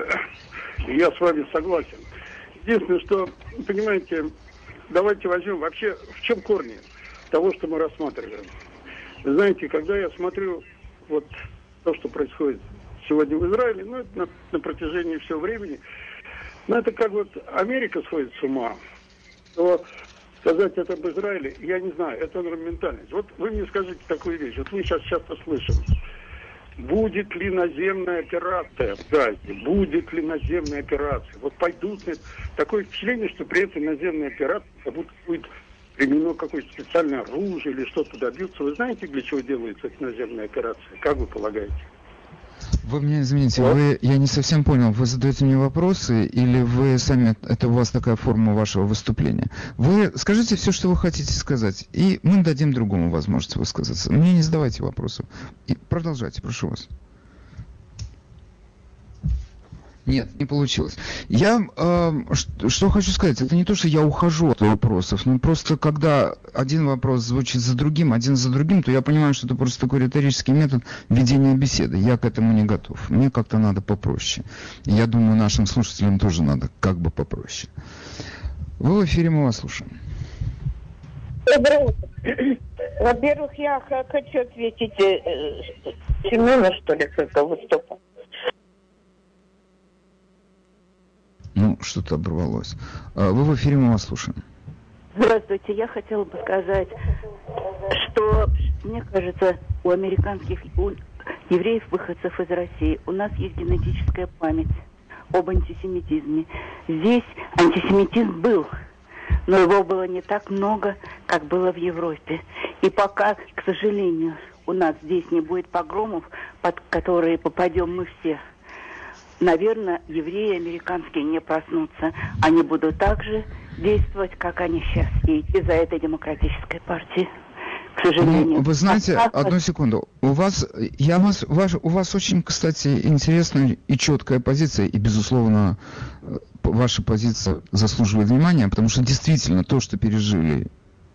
я с вами согласен. Единственное, что, понимаете, давайте возьмем вообще, в чем корни того, что мы рассматриваем. Знаете, когда я смотрю вот то, что происходит сегодня в Израиле, ну, это на, на протяжении всего времени, ну, это как вот Америка сходит с ума, то сказать это об Израиле, я не знаю, это ментальность. Вот вы мне скажите такую вещь, вот мы сейчас часто слышим, будет ли наземная операция в Газе, будет ли наземная операция, вот пойдут ли, такое впечатление, что при этой наземной операции как будто будет применено какое-то специальное оружие или что-то добьются. Вы знаете, для чего делается эта наземная операция? Как вы полагаете? Вы меня извините, вот. вы, я не совсем понял, вы задаете мне вопросы или вы сами, это у вас такая форма вашего выступления? Вы скажите все, что вы хотите сказать, и мы дадим другому возможность высказаться. Мне не задавайте вопросов. И продолжайте, прошу вас. Нет, не получилось. Я э, что, что хочу сказать, это не то, что я ухожу от вопросов, но просто когда один вопрос звучит за другим, один за другим, то я понимаю, что это просто такой риторический метод ведения беседы. Я к этому не готов. Мне как-то надо попроще. Я думаю, нашим слушателям тоже надо как бы попроще. Вы в эфире, мы вас слушаем. Доброе утро. Во-первых, я хочу ответить Семена, что ли, кто выступал. Ну, что-то оборвалось. Вы в эфире, мы вас слушаем. Здравствуйте. Я хотела бы сказать, что, мне кажется, у американских, у евреев, выходцев из России, у нас есть генетическая память об антисемитизме. Здесь антисемитизм был, но его было не так много, как было в Европе. И пока, к сожалению, у нас здесь не будет погромов, под которые попадем мы все, наверное, евреи американские не проснутся. Они будут так же действовать, как они сейчас, и идти за этой демократической партией. К сожалению. Ну, вы знаете, а, одну секунду. У вас, я вас, ваш, у вас очень, кстати, интересная и четкая позиция, и, безусловно, ваша позиция заслуживает внимания, потому что действительно то, что пережили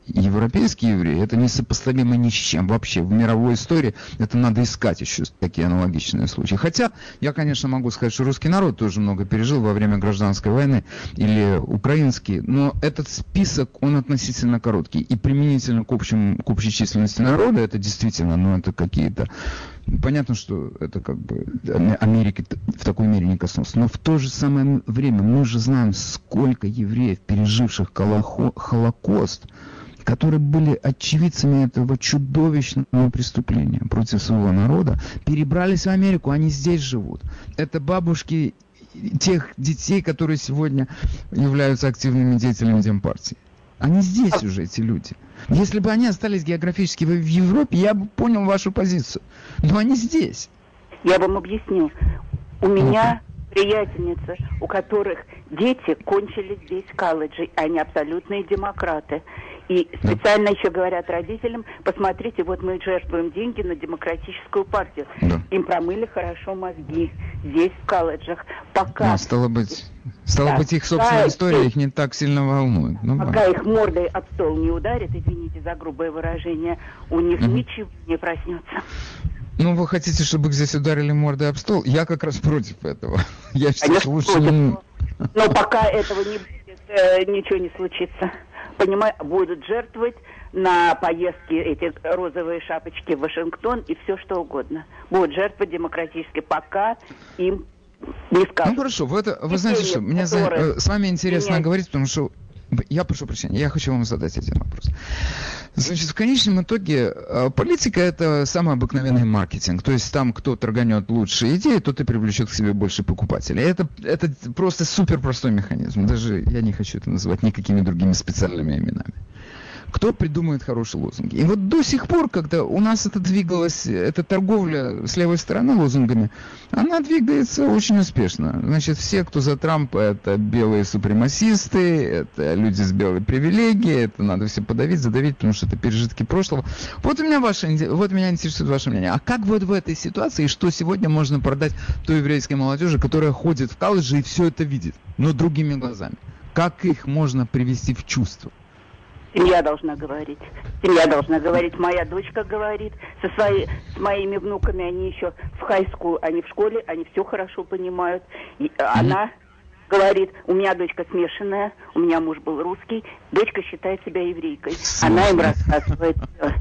европейские евреи, это несопоставимо ни с чем вообще. В мировой истории это надо искать еще такие аналогичные случаи. Хотя я, конечно, могу сказать, что русский народ тоже много пережил во время гражданской войны или украинский, но этот список, он относительно короткий. И применительно к, общему, к общей численности народа, это действительно, ну, это какие-то... Понятно, что это как бы Америки в такой мере не коснулось. Но в то же самое время мы же знаем, сколько евреев, переживших Холокост, которые были очевидцами этого чудовищного преступления против своего народа, перебрались в Америку, они здесь живут. Это бабушки тех детей, которые сегодня являются активными деятелями Демпартии. Они здесь уже, эти люди. Если бы они остались географически в Европе, я бы понял вашу позицию. Но они здесь. Я вам объясню. У меня приятельницы, у которых дети кончили здесь колледжи, они абсолютные демократы. И специально да. еще говорят родителям, посмотрите, вот мы жертвуем деньги на демократическую партию. Да. Им промыли хорошо мозги здесь, в колледжах. Пока... Ну, стало быть, стало да. быть, их собственная пока история их не так сильно волнует. Ну, пока да. их мордой об стол не ударит, извините за грубое выражение, у них mm-hmm. ничего не проснется. Ну, вы хотите, чтобы их здесь ударили мордой об стол? Я как раз против этого. Я считаю, что лучше... Но пока этого не будет, э, ничего не случится. Понимаю, будут жертвовать на поездки эти розовые шапочки в Вашингтон и все что угодно. Будут жертвовать демократически, пока им не скажут. Ну хорошо, вы, это, вы знаете что, мне за, с вами интересно меня... говорить, потому что я прошу прощения, я хочу вам задать один вопрос. Значит, в конечном итоге политика — это самый обыкновенный маркетинг. То есть там, кто торганет лучшие идеи, тот и привлечет к себе больше покупателей. Это, это просто супер простой механизм. Даже я не хочу это называть никакими другими специальными именами. Кто придумает хорошие лозунги? И вот до сих пор, когда у нас это двигалось, эта торговля с левой стороны лозунгами, она двигается очень успешно. Значит, все, кто за Трампа, это белые супремасисты, это люди с белой привилегией, это надо все подавить, задавить, потому что это пережитки прошлого. Вот у меня ваше, вот меня интересует ваше мнение. А как вот в этой ситуации, что сегодня можно продать той еврейской молодежи, которая ходит в колледж и все это видит, но другими глазами? Как их можно привести в чувство? Семья должна говорить. Семья должна говорить. Моя дочка говорит. Со своей, с моими внуками они еще в хай-скул, они в школе, они все хорошо понимают. И она говорит, у меня дочка смешанная, у меня муж был русский, дочка считает себя еврейкой. Смешанная. Она им рассказывает все.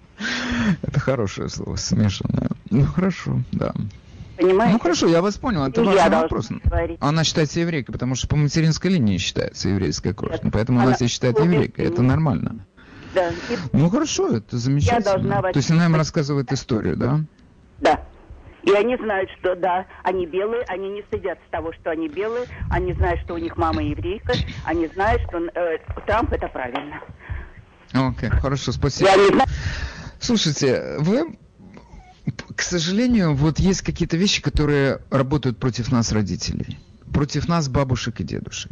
Это хорошее слово, смешанная. Ну хорошо, да. Понимаете? Ну хорошо, я вас понял, это важный вопрос. Говорить. Она считается еврейкой, потому что по материнской линии считается еврейская кровь, да. Поэтому она, она себя считает еврейкой, это нормально. Да. Ну хорошо, это замечательно. То есть она им рассказывает историю, да? Да. И они знают, что да, они белые, они не стыдятся того, что они белые, они знают, что у них мама еврейка, они знают, что э, Трамп это правильно. Окей, okay, хорошо, спасибо. Слушайте, вы... К сожалению, вот есть какие-то вещи, которые работают против нас, родителей. Против нас, бабушек и дедушек.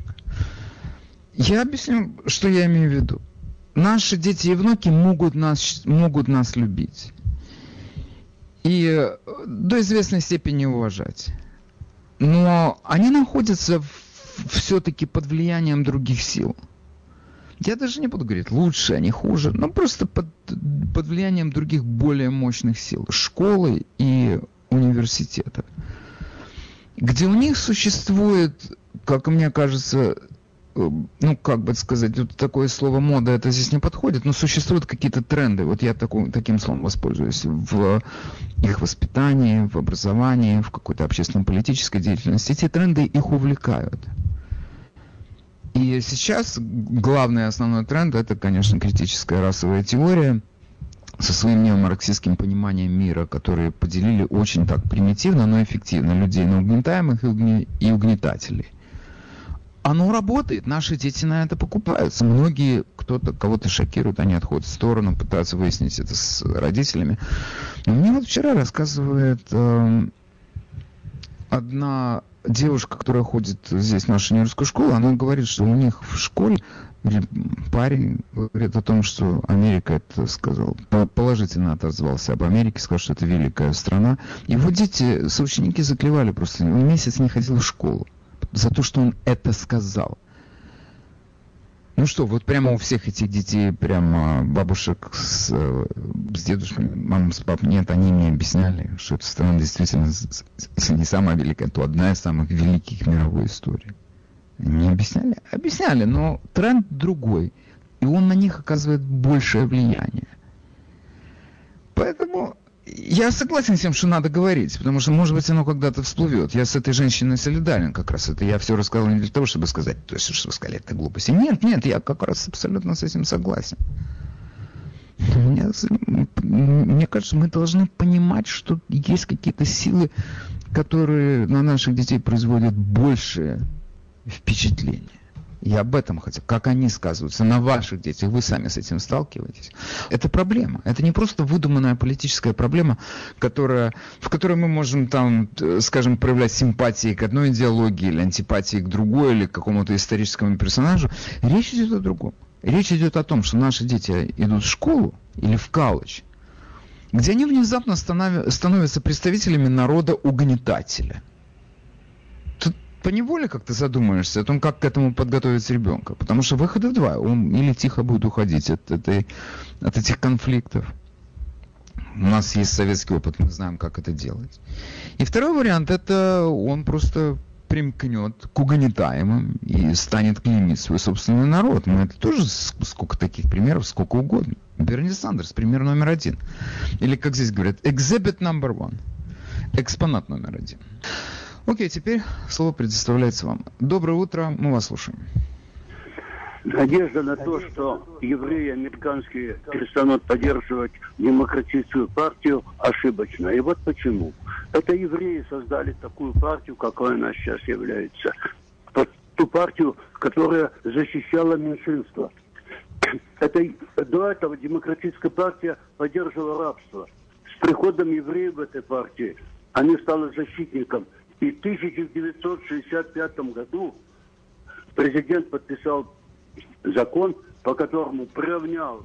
Я объясню, что я имею в виду. Наши дети и внуки могут нас, могут нас любить. И до известной степени уважать. Но они находятся в, все-таки под влиянием других сил. Я даже не буду говорить, лучше, они хуже, но просто под, под влиянием других более мощных сил. Школы и университета. Где у них существует, как мне кажется, ну, как бы сказать, вот такое слово мода, это здесь не подходит, но существуют какие-то тренды, вот я такой, таким словом воспользуюсь, в их воспитании, в образовании, в какой-то общественно-политической деятельности. Эти тренды их увлекают. И сейчас главный основной тренд — это, конечно, критическая расовая теория со своим неомарксистским пониманием мира, которые поделили очень так примитивно, но эффективно людей на угнетаемых и, угни... и угнетателей. Оно работает, наши дети на это покупаются. Многие, кто-то, кого-то шокирует, они отходят в сторону, пытаются выяснить это с родителями. Но мне вот вчера рассказывает э, одна... девушка, которая ходит здесь в нашу университетскую школу, она говорит, что у них в школе парень говорит о том, что Америка, это сказал, положительно отозвался об Америке, сказал, что это великая страна. Его дети, соученики заклевали просто. Он месяц не ходил в школу за то, что он это сказал. Ну что, вот прямо у всех этих детей, прямо бабушек с, с дедушками, мам с папой, нет, они мне объясняли, что эта страна действительно, если не самая великая, то одна из самых великих в мировой истории. Не объясняли? Объясняли, но тренд другой, и он на них оказывает большее влияние. Поэтому я согласен с тем, что надо говорить, потому что, может быть, оно когда-то всплывет. Я с этой женщиной солидарен как раз. Это я все рассказал не для того, чтобы сказать, то есть, что вы сказали, это глупости. Нет, нет, я как раз абсолютно с этим согласен. Мне, мне кажется, мы должны понимать, что есть какие-то силы, которые на наших детей производят большее впечатление. Я об этом хотел. Как они сказываются на ваших детях? Вы сами с этим сталкиваетесь. Это проблема. Это не просто выдуманная политическая проблема, которая, в которой мы можем, там, скажем, проявлять симпатии к одной идеологии или антипатии к другой, или к какому-то историческому персонажу. Речь идет о другом. Речь идет о том, что наши дети идут в школу или в колледж, где они внезапно становятся представителями народа-угнетателя. Поневоле как-то задумаешься о том, как к этому подготовить ребенка. Потому что выхода два. Он или тихо будет уходить от, этой, от этих конфликтов. У нас есть советский опыт, мы знаем, как это делать. И второй вариант, это он просто примкнет к угнетаемым и станет клеймить свой собственный народ. Мы это тоже, сколько таких примеров, сколько угодно. Берни Сандерс, пример номер один. Или, как здесь говорят, exhibit number one. Экспонат номер один. Окей, теперь слово предоставляется вам. Доброе утро, мы вас слушаем. Надежда на то, что евреи американские перестанут поддерживать демократическую партию, ошибочна. И вот почему. Это евреи создали такую партию, какой она сейчас является. Ту партию, которая защищала меньшинство. Это, до этого демократическая партия поддерживала рабство. С приходом евреев в этой партии они стали защитником. И в тысяча девятьсот шестьдесят пятом году президент подписал закон, по которому приравнял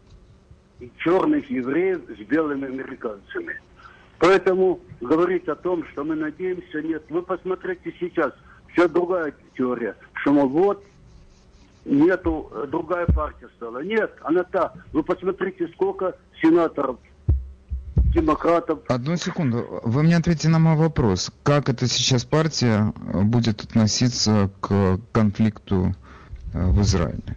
черных евреев с белыми американцами. Поэтому говорить о том, что мы надеемся, нет. Вы посмотрите сейчас, все другая теория, что, мол, вот, нету, другая партия стала. Нет, она та. Вы посмотрите, сколько сенаторов, демократов. Одну секунду. Вы мне ответьте на мой вопрос. Как эта сейчас партия будет относиться к конфликту в Израиле?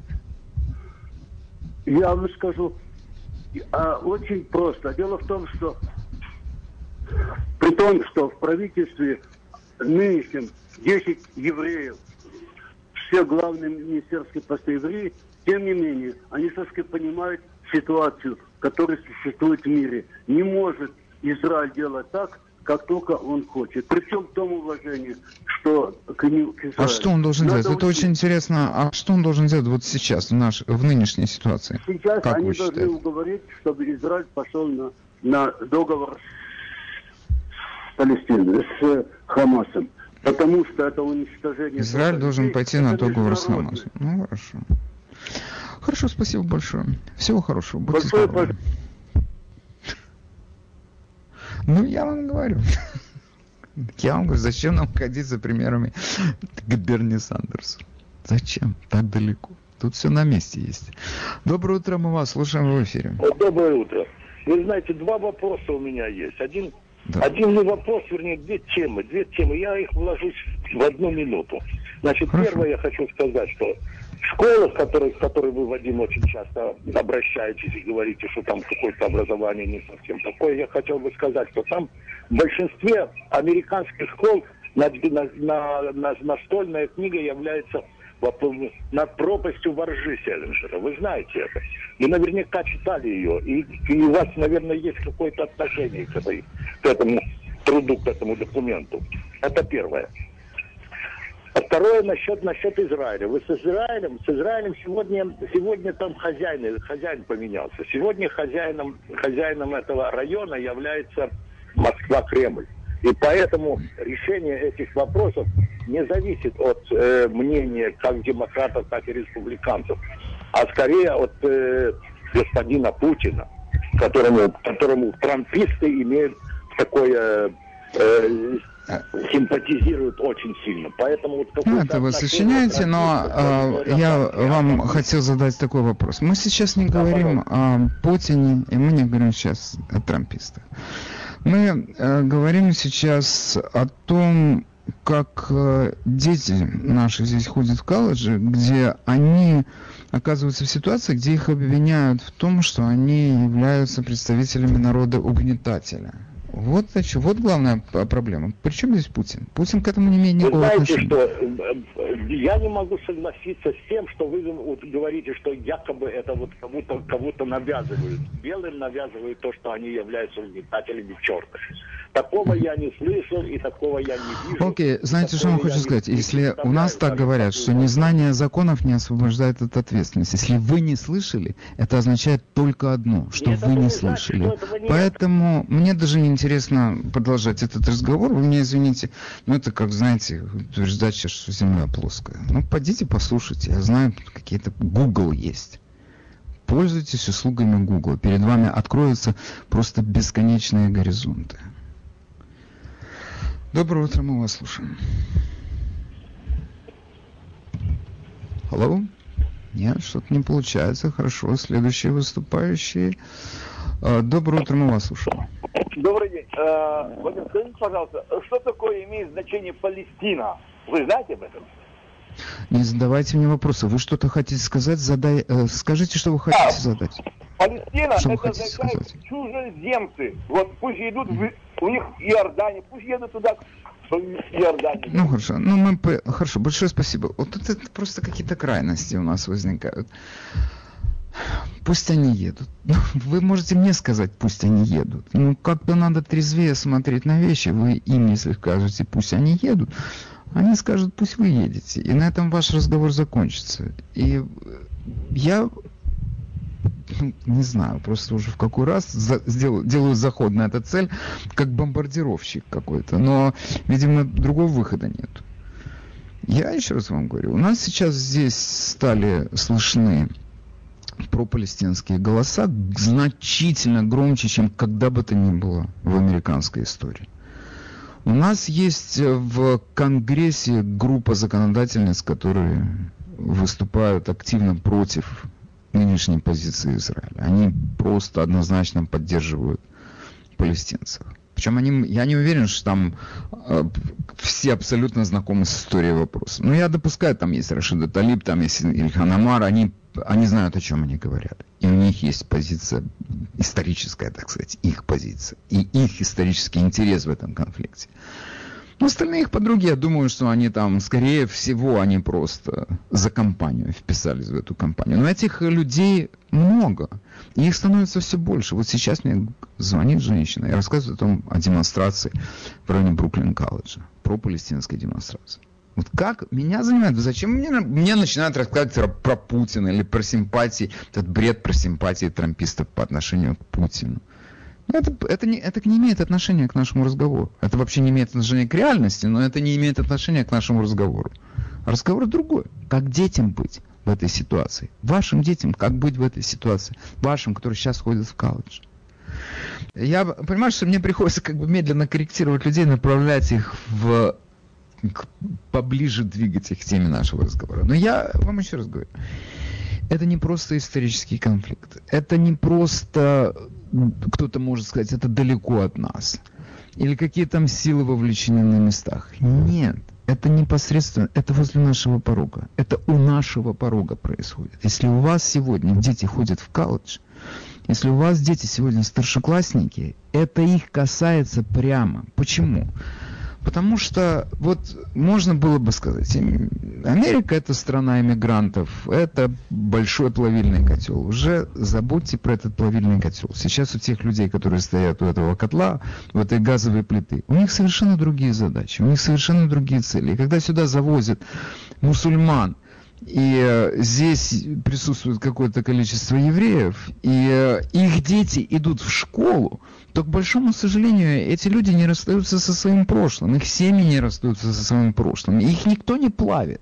Я вам скажу, очень просто. Дело в том, что при том, что в правительстве нынешнем десять евреев, все главные министерские посты евреи, тем не менее, они все-таки понимают ситуацию, которая существует в мире. Не может Израиль делать так, как только он хочет. Причем в том уважении, что к, к Израилю. А что он должен Надо делать? Это очень интересно. А что он должен делать вот сейчас, в, наш, в нынешней ситуации? Сейчас как они вы должны считаете? уговорить, чтобы Израиль пошел на, на договор с Палестиной, с Хамасом. Потому что это уничтожение... Израиль должен людей, пойти на договор с Хамасом. Ну, хорошо. Хорошо, спасибо большое. Всего хорошего. Будьте Большое здоровы. Ну, я вам говорю. Я вам говорю, зачем нам ходить за примерами к Берни Сандерсу? Зачем? Так далеко. Тут все на месте есть. Доброе утро, мы вас слушаем в эфире. Доброе утро. Вы знаете, два вопроса у меня есть. Один, да. один не вопрос, вернее, две темы. Две темы. Я их вложусь в одну минуту. Значит, Хорошо. Первое я хочу сказать, что школа, в которой, в которой вы, Вадим, очень часто обращаетесь и говорите, что там какое-то образование не совсем такое, я хотел бы сказать, что там в большинстве американских школ на, на, на, настольная книга является над пропастью воржи Селлинджера. Вы знаете это. Вы наверняка читали ее. И, и у вас, наверное, есть какое-то отношение к, этой, к этому труду, к этому документу. Это первое. А второе насчет, насчет Израиля. Вы с Израилем, с Израилем сегодня, сегодня там хозяин, хозяин поменялся. Сегодня хозяином, хозяином этого района является Москва-Кремль. И поэтому решение этих вопросов не зависит от э, мнения как демократов, так и республиканцев, а скорее от э, господина Путина, которому, которому трамписты имеют такое, э, симпатизируют очень сильно. Поэтому вот ну, это вы сочиняете, но э, я вам хотел задать такой вопрос. Мы сейчас не говорим о Путине, и мы не говорим сейчас о трампистах. Мы э, говорим сейчас о том, как э, дети наши здесь ходят в колледжи, где они оказываются в ситуации, где их обвиняют в том, что они являются представителями народа угнетателя. Вот, значит, вот главная проблема. Причем здесь Путин? Путин к этому не имеет никакого вы знаете, отношения. Что я не могу согласиться с тем, что вы вот говорите, что якобы это вот кому-то кого-то навязывают. Белым навязывают то, что они являются угнетателями черных. Такого я не слышал и такого я не вижу. Окей, okay. Знаете, что я вам хочу сказать? Если у нас так говорят, что незнание законов не освобождает от ответственности, если вы не слышали, это означает только одно, что вы не слышали. Поэтому мне даже не интересно продолжать этот разговор. Вы меня извините, но это как, знаете, утверждать сейчас, что Земля плоская. Ну, пойдите послушайте. Я знаю, какие-то Google есть. Пользуйтесь услугами Google. Перед вами откроются просто бесконечные горизонты. Доброе утро, мы вас слушаем. Алло? Нет, что-то не получается. Хорошо, следующий выступающий. Доброе утро, мы вас слушаем. Добрый день. Владимир, скажите, пожалуйста, что такое имеет значение Палестина? Вы знаете об этом? Не задавайте мне вопросы. Вы что-то хотите сказать? Задай, э, скажите, что вы хотите да. задать. Палестина что это означает чужеземцы. Вот пусть идут в, у них Иордания, пусть едут туда, в Иорданию. Ну хорошо, ну мы хорошо, большое спасибо. Вот тут это просто какие-то крайности у нас возникают. Пусть они едут. Вы можете мне сказать, пусть они едут. Ну, как-то надо трезвее смотреть на вещи. Вы им, если скажете, пусть они едут, они скажут, пусть вы едете. И на этом ваш разговор закончится. И я не знаю, просто уже в какой раз за, сделаю, делаю заход на эту цель, как бомбардировщик какой-то. Но, видимо, другого выхода нет. Я еще раз вам говорю, у нас сейчас здесь стали слышны пропалестинские голоса значительно громче, чем когда бы то ни было в американской истории. У нас есть в Конгрессе группа законодательниц, которые выступают активно против нынешней позиции Израиля. Они просто однозначно поддерживают палестинцев. Причем они, я не уверен, что там э, все абсолютно знакомы с историей вопроса. Но я допускаю, там есть Рашида Талиб, там есть Ильхан Амар, они, они знают, о чем они говорят. И у них есть позиция историческая, так сказать, их позиция. И их исторический интерес в этом конфликте. Но остальные их подруги, я думаю, что они там, скорее всего, они просто за компанию вписались в эту компанию. Но этих людей много. И их становится все больше. Вот сейчас мне звонит женщина и рассказывает о том, о демонстрации в районе Бруклин-колледжа. Про палестинской демонстрации. Вот как меня занимает, зачем мне, мне начинают рассказывать про, про Путина или про симпатии, этот бред про симпатии трампистов по отношению к Путину. Это, это, не, это не имеет отношения к нашему разговору. Это вообще не имеет отношения к реальности, но это не имеет отношения к нашему разговору. Разговор другой. Как детям быть в этой ситуации? Вашим детям как быть в этой ситуации? Вашим, которые сейчас ходят в колледж. Я понимаю, что мне приходится как бы медленно корректировать людей, направлять их в... поближе двигать их к теме нашего разговора. Но я вам еще раз говорю. Это не просто исторический конфликт. Это не просто, кто-то может сказать, это далеко от нас. Или какие там силы вовлечены на местах. Нет, это непосредственно, это возле нашего порога. Это у нашего порога происходит. Если у вас сегодня дети ходят в колледж, если у вас дети сегодня старшеклассники, это их касается прямо. Почему? Потому что, вот, можно было бы сказать, Америка это страна иммигрантов, это большой плавильный котел. Уже забудьте про этот плавильный котел. Сейчас у тех людей, которые стоят у этого котла, у этой газовой плиты, у них совершенно другие задачи, у них совершенно другие цели. И когда сюда завозят мусульман, и здесь присутствует какое-то количество евреев, и их дети идут в школу, то, к большому сожалению, эти люди не расстаются со своим прошлым, их семьи не расстаются со своим прошлым, их никто не плавит.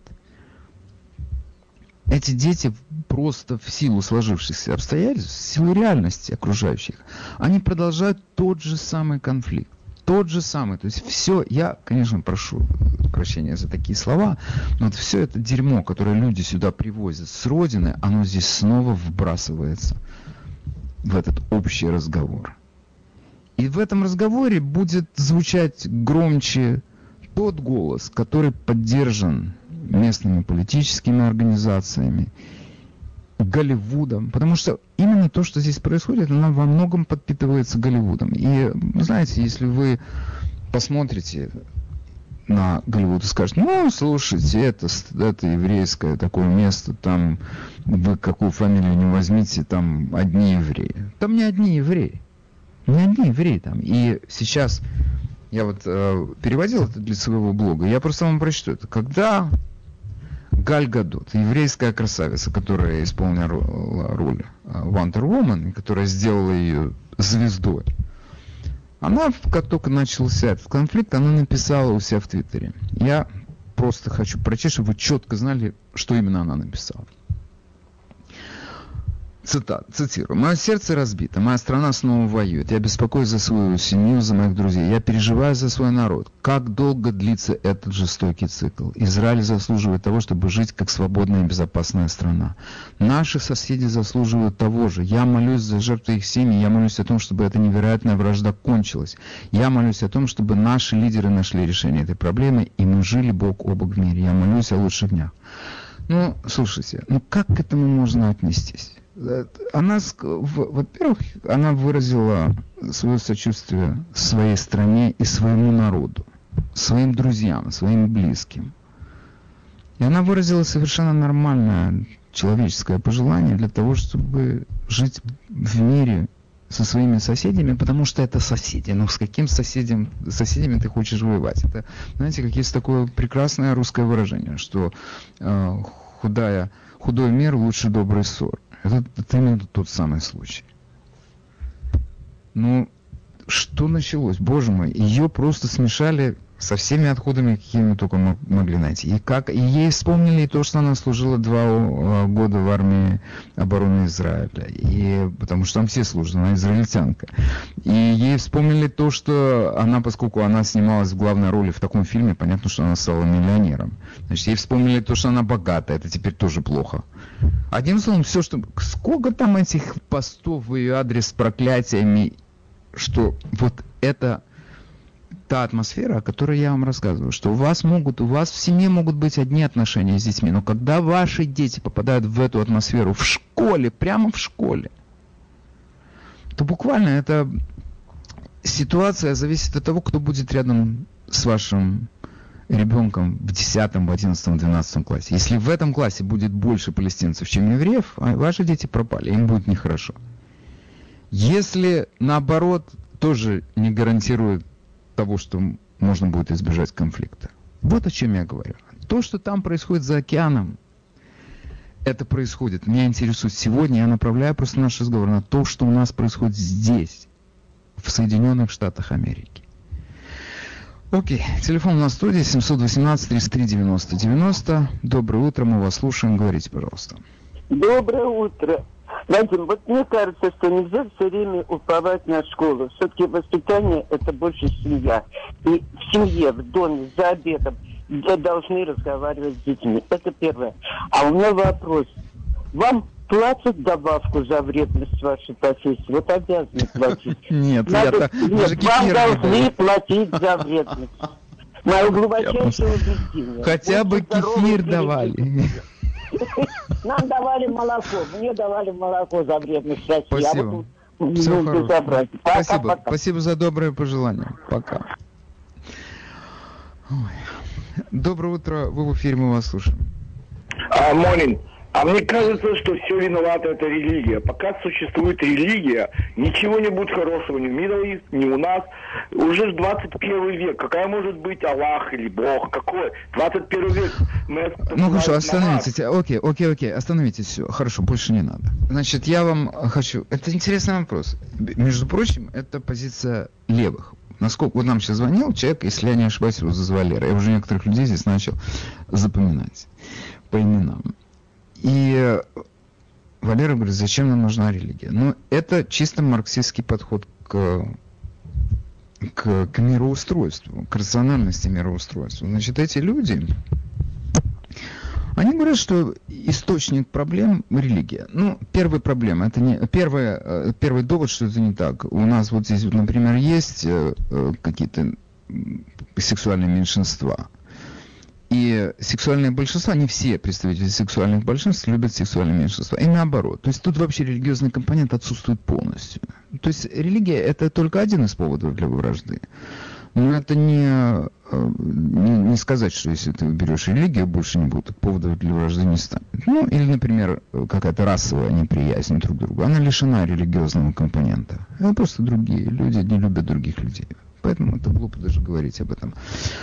Эти дети просто в силу сложившихся обстоятельств, в силу реальности окружающих, они продолжают тот же самый конфликт. тот же самый. То есть все, я, конечно, прошу прощения за такие слова, но вот все это дерьмо, которое люди сюда привозят с родины, оно здесь снова вбрасывается в этот общий разговор. И в этом разговоре будет звучать громче тот голос, который поддержан местными политическими организациями, Голливудом, потому что именно то, что здесь происходит, оно во многом подпитывается Голливудом. И, знаете, если вы посмотрите на Голливуд и скажете, ну, слушайте, это, это еврейское такое место, там вы какую фамилию не возьмите, там одни евреи. Там не одни евреи. Не одни евреи там. И сейчас я вот э, переводил это для своего блога, я просто вам прочту это. Когда Галь Гадот, еврейская красавица, которая исполнила роль Wonder Woman, которая сделала ее звездой, она, как только начался этот конфликт, она написала у себя в Твиттере. Я просто хочу прочесть, чтобы вы четко знали, что именно она написала. Цитат, цитирую. «Мое сердце разбито, моя страна снова воюет. Я беспокоюсь за свою семью, за моих друзей. Я переживаю за свой народ. Как долго длится этот жестокий цикл? Израиль заслуживает того, чтобы жить как свободная и безопасная страна. Наши соседи заслуживают того же. Я молюсь за жертвы их семьи. Я молюсь о том, чтобы эта невероятная вражда кончилась. Я молюсь о том, чтобы наши лидеры нашли решение этой проблемы, и мы жили бок о бок в мире. Я молюсь о лучших днях». Ну, слушайте, ну как к этому можно отнестись? Она, во-первых, она выразила свое сочувствие своей стране и своему народу, своим друзьям, своим близким. И она выразила совершенно нормальное человеческое пожелание для того, чтобы жить в мире со своими соседями, потому что это соседи. Ну, с каким соседям, соседями ты хочешь воевать? Это, знаете, как есть такое прекрасное русское выражение, что э, худая, худой мир лучше добрый ссор. Это, это именно тот самый случай. Ну, что началось? Боже мой, ее просто смешали со всеми отходами, какие мы только могли найти. И, как, и ей вспомнили и то, что она служила два года в армии обороны Израиля. И, потому что там все служат, она израильтянка. И ей вспомнили то, что она, поскольку она снималась в главной роли в таком фильме, понятно, что она стала миллионером. Значит, ей вспомнили то, что она богатая. Это теперь тоже плохо. Одним словом, все, что... Сколько там этих постов в ее адрес с проклятиями, что вот это... Та атмосфера, о которой я вам рассказываю, что у вас могут, у вас в семье могут быть одни отношения с детьми, но когда ваши дети попадают в эту атмосферу в школе, прямо в школе, то буквально эта ситуация зависит от того, кто будет рядом с вашим ребенком в десятом, в одиннадцатом, двенадцатом классе. Если в этом классе будет больше палестинцев, чем евреев, ваши дети пропали, им будет нехорошо. Если, наоборот, тоже не гарантирует того, что можно будет избежать конфликта. Вот о чем я говорю. То, что там происходит за океаном, это происходит. Меня интересует сегодня, я направляю просто наш разговор на то, что у нас происходит здесь, в Соединенных Штатах Америки. Окей, телефон на студии семь один восемь тридцать три девяносто девяносто. Доброе утро, мы вас слушаем. Говорите, пожалуйста. Доброе утро. Вадим, вот мне кажется, что нельзя все время уповать на школу. Все-таки воспитание – это больше семья. И в семье, в доме, за обедом должны разговаривать с детьми. Это первое. А у меня вопрос. Вам платят добавку за вредность вашей профессии? Вот обязаны платить. Нет, Надо, нет, вам должны платить за вредность. Мое глубочайшее убеждение. Хотя бы кефир давали. Нам давали молоко, мне давали молоко за вредность. Спасибо. Вот, Все ну, хорошо. Пока, Спасибо. пока. Спасибо за доброе пожелание. Пока. Ой. Доброе утро. Вы в эфире, мы вас слушаем. А, morning. А мне кажется, что все виновата эта религия. Пока существует религия, ничего не будет хорошего ни в Middle East, ни у нас. Уже двадцать первый век. Какая может быть Аллах или Бог? Какой? двадцать первый век. Мы ну хорошо, остановитесь. Окей, окей, окей. Остановитесь. Все. Хорошо, больше не надо. Значит, я вам хочу... Это интересный вопрос. Между прочим, это позиция левых. Насколько... Вот нам сейчас звонил человек, если я не ошибаюсь, его зовут Валера. Я уже некоторых людей здесь начал запоминать по именам. И Валера говорит, зачем нам нужна религия? Ну, это чисто марксистский подход к к, к мироустройству, к рациональности мироустройства. Значит, эти люди, они говорят, что источник проблем – религия. Ну, первая проблема, это не, первое, первый довод, что это не так. У нас вот здесь, например, есть какие-то сексуальные меньшинства. И сексуальные большинства, не все представители сексуальных большинств любят сексуальные меньшинства. И наоборот. То есть тут вообще религиозный компонент отсутствует полностью. То есть религия – это только один из поводов для вражды. Но это не, не, не сказать, что если ты берешь религию, больше не будет, поводов для вражды не станет. Ну, или, например, какая-то расовая неприязнь друг к другу. Она лишена религиозного компонента. Это просто другие люди не любят других людей. Поэтому это глупо даже говорить об этом.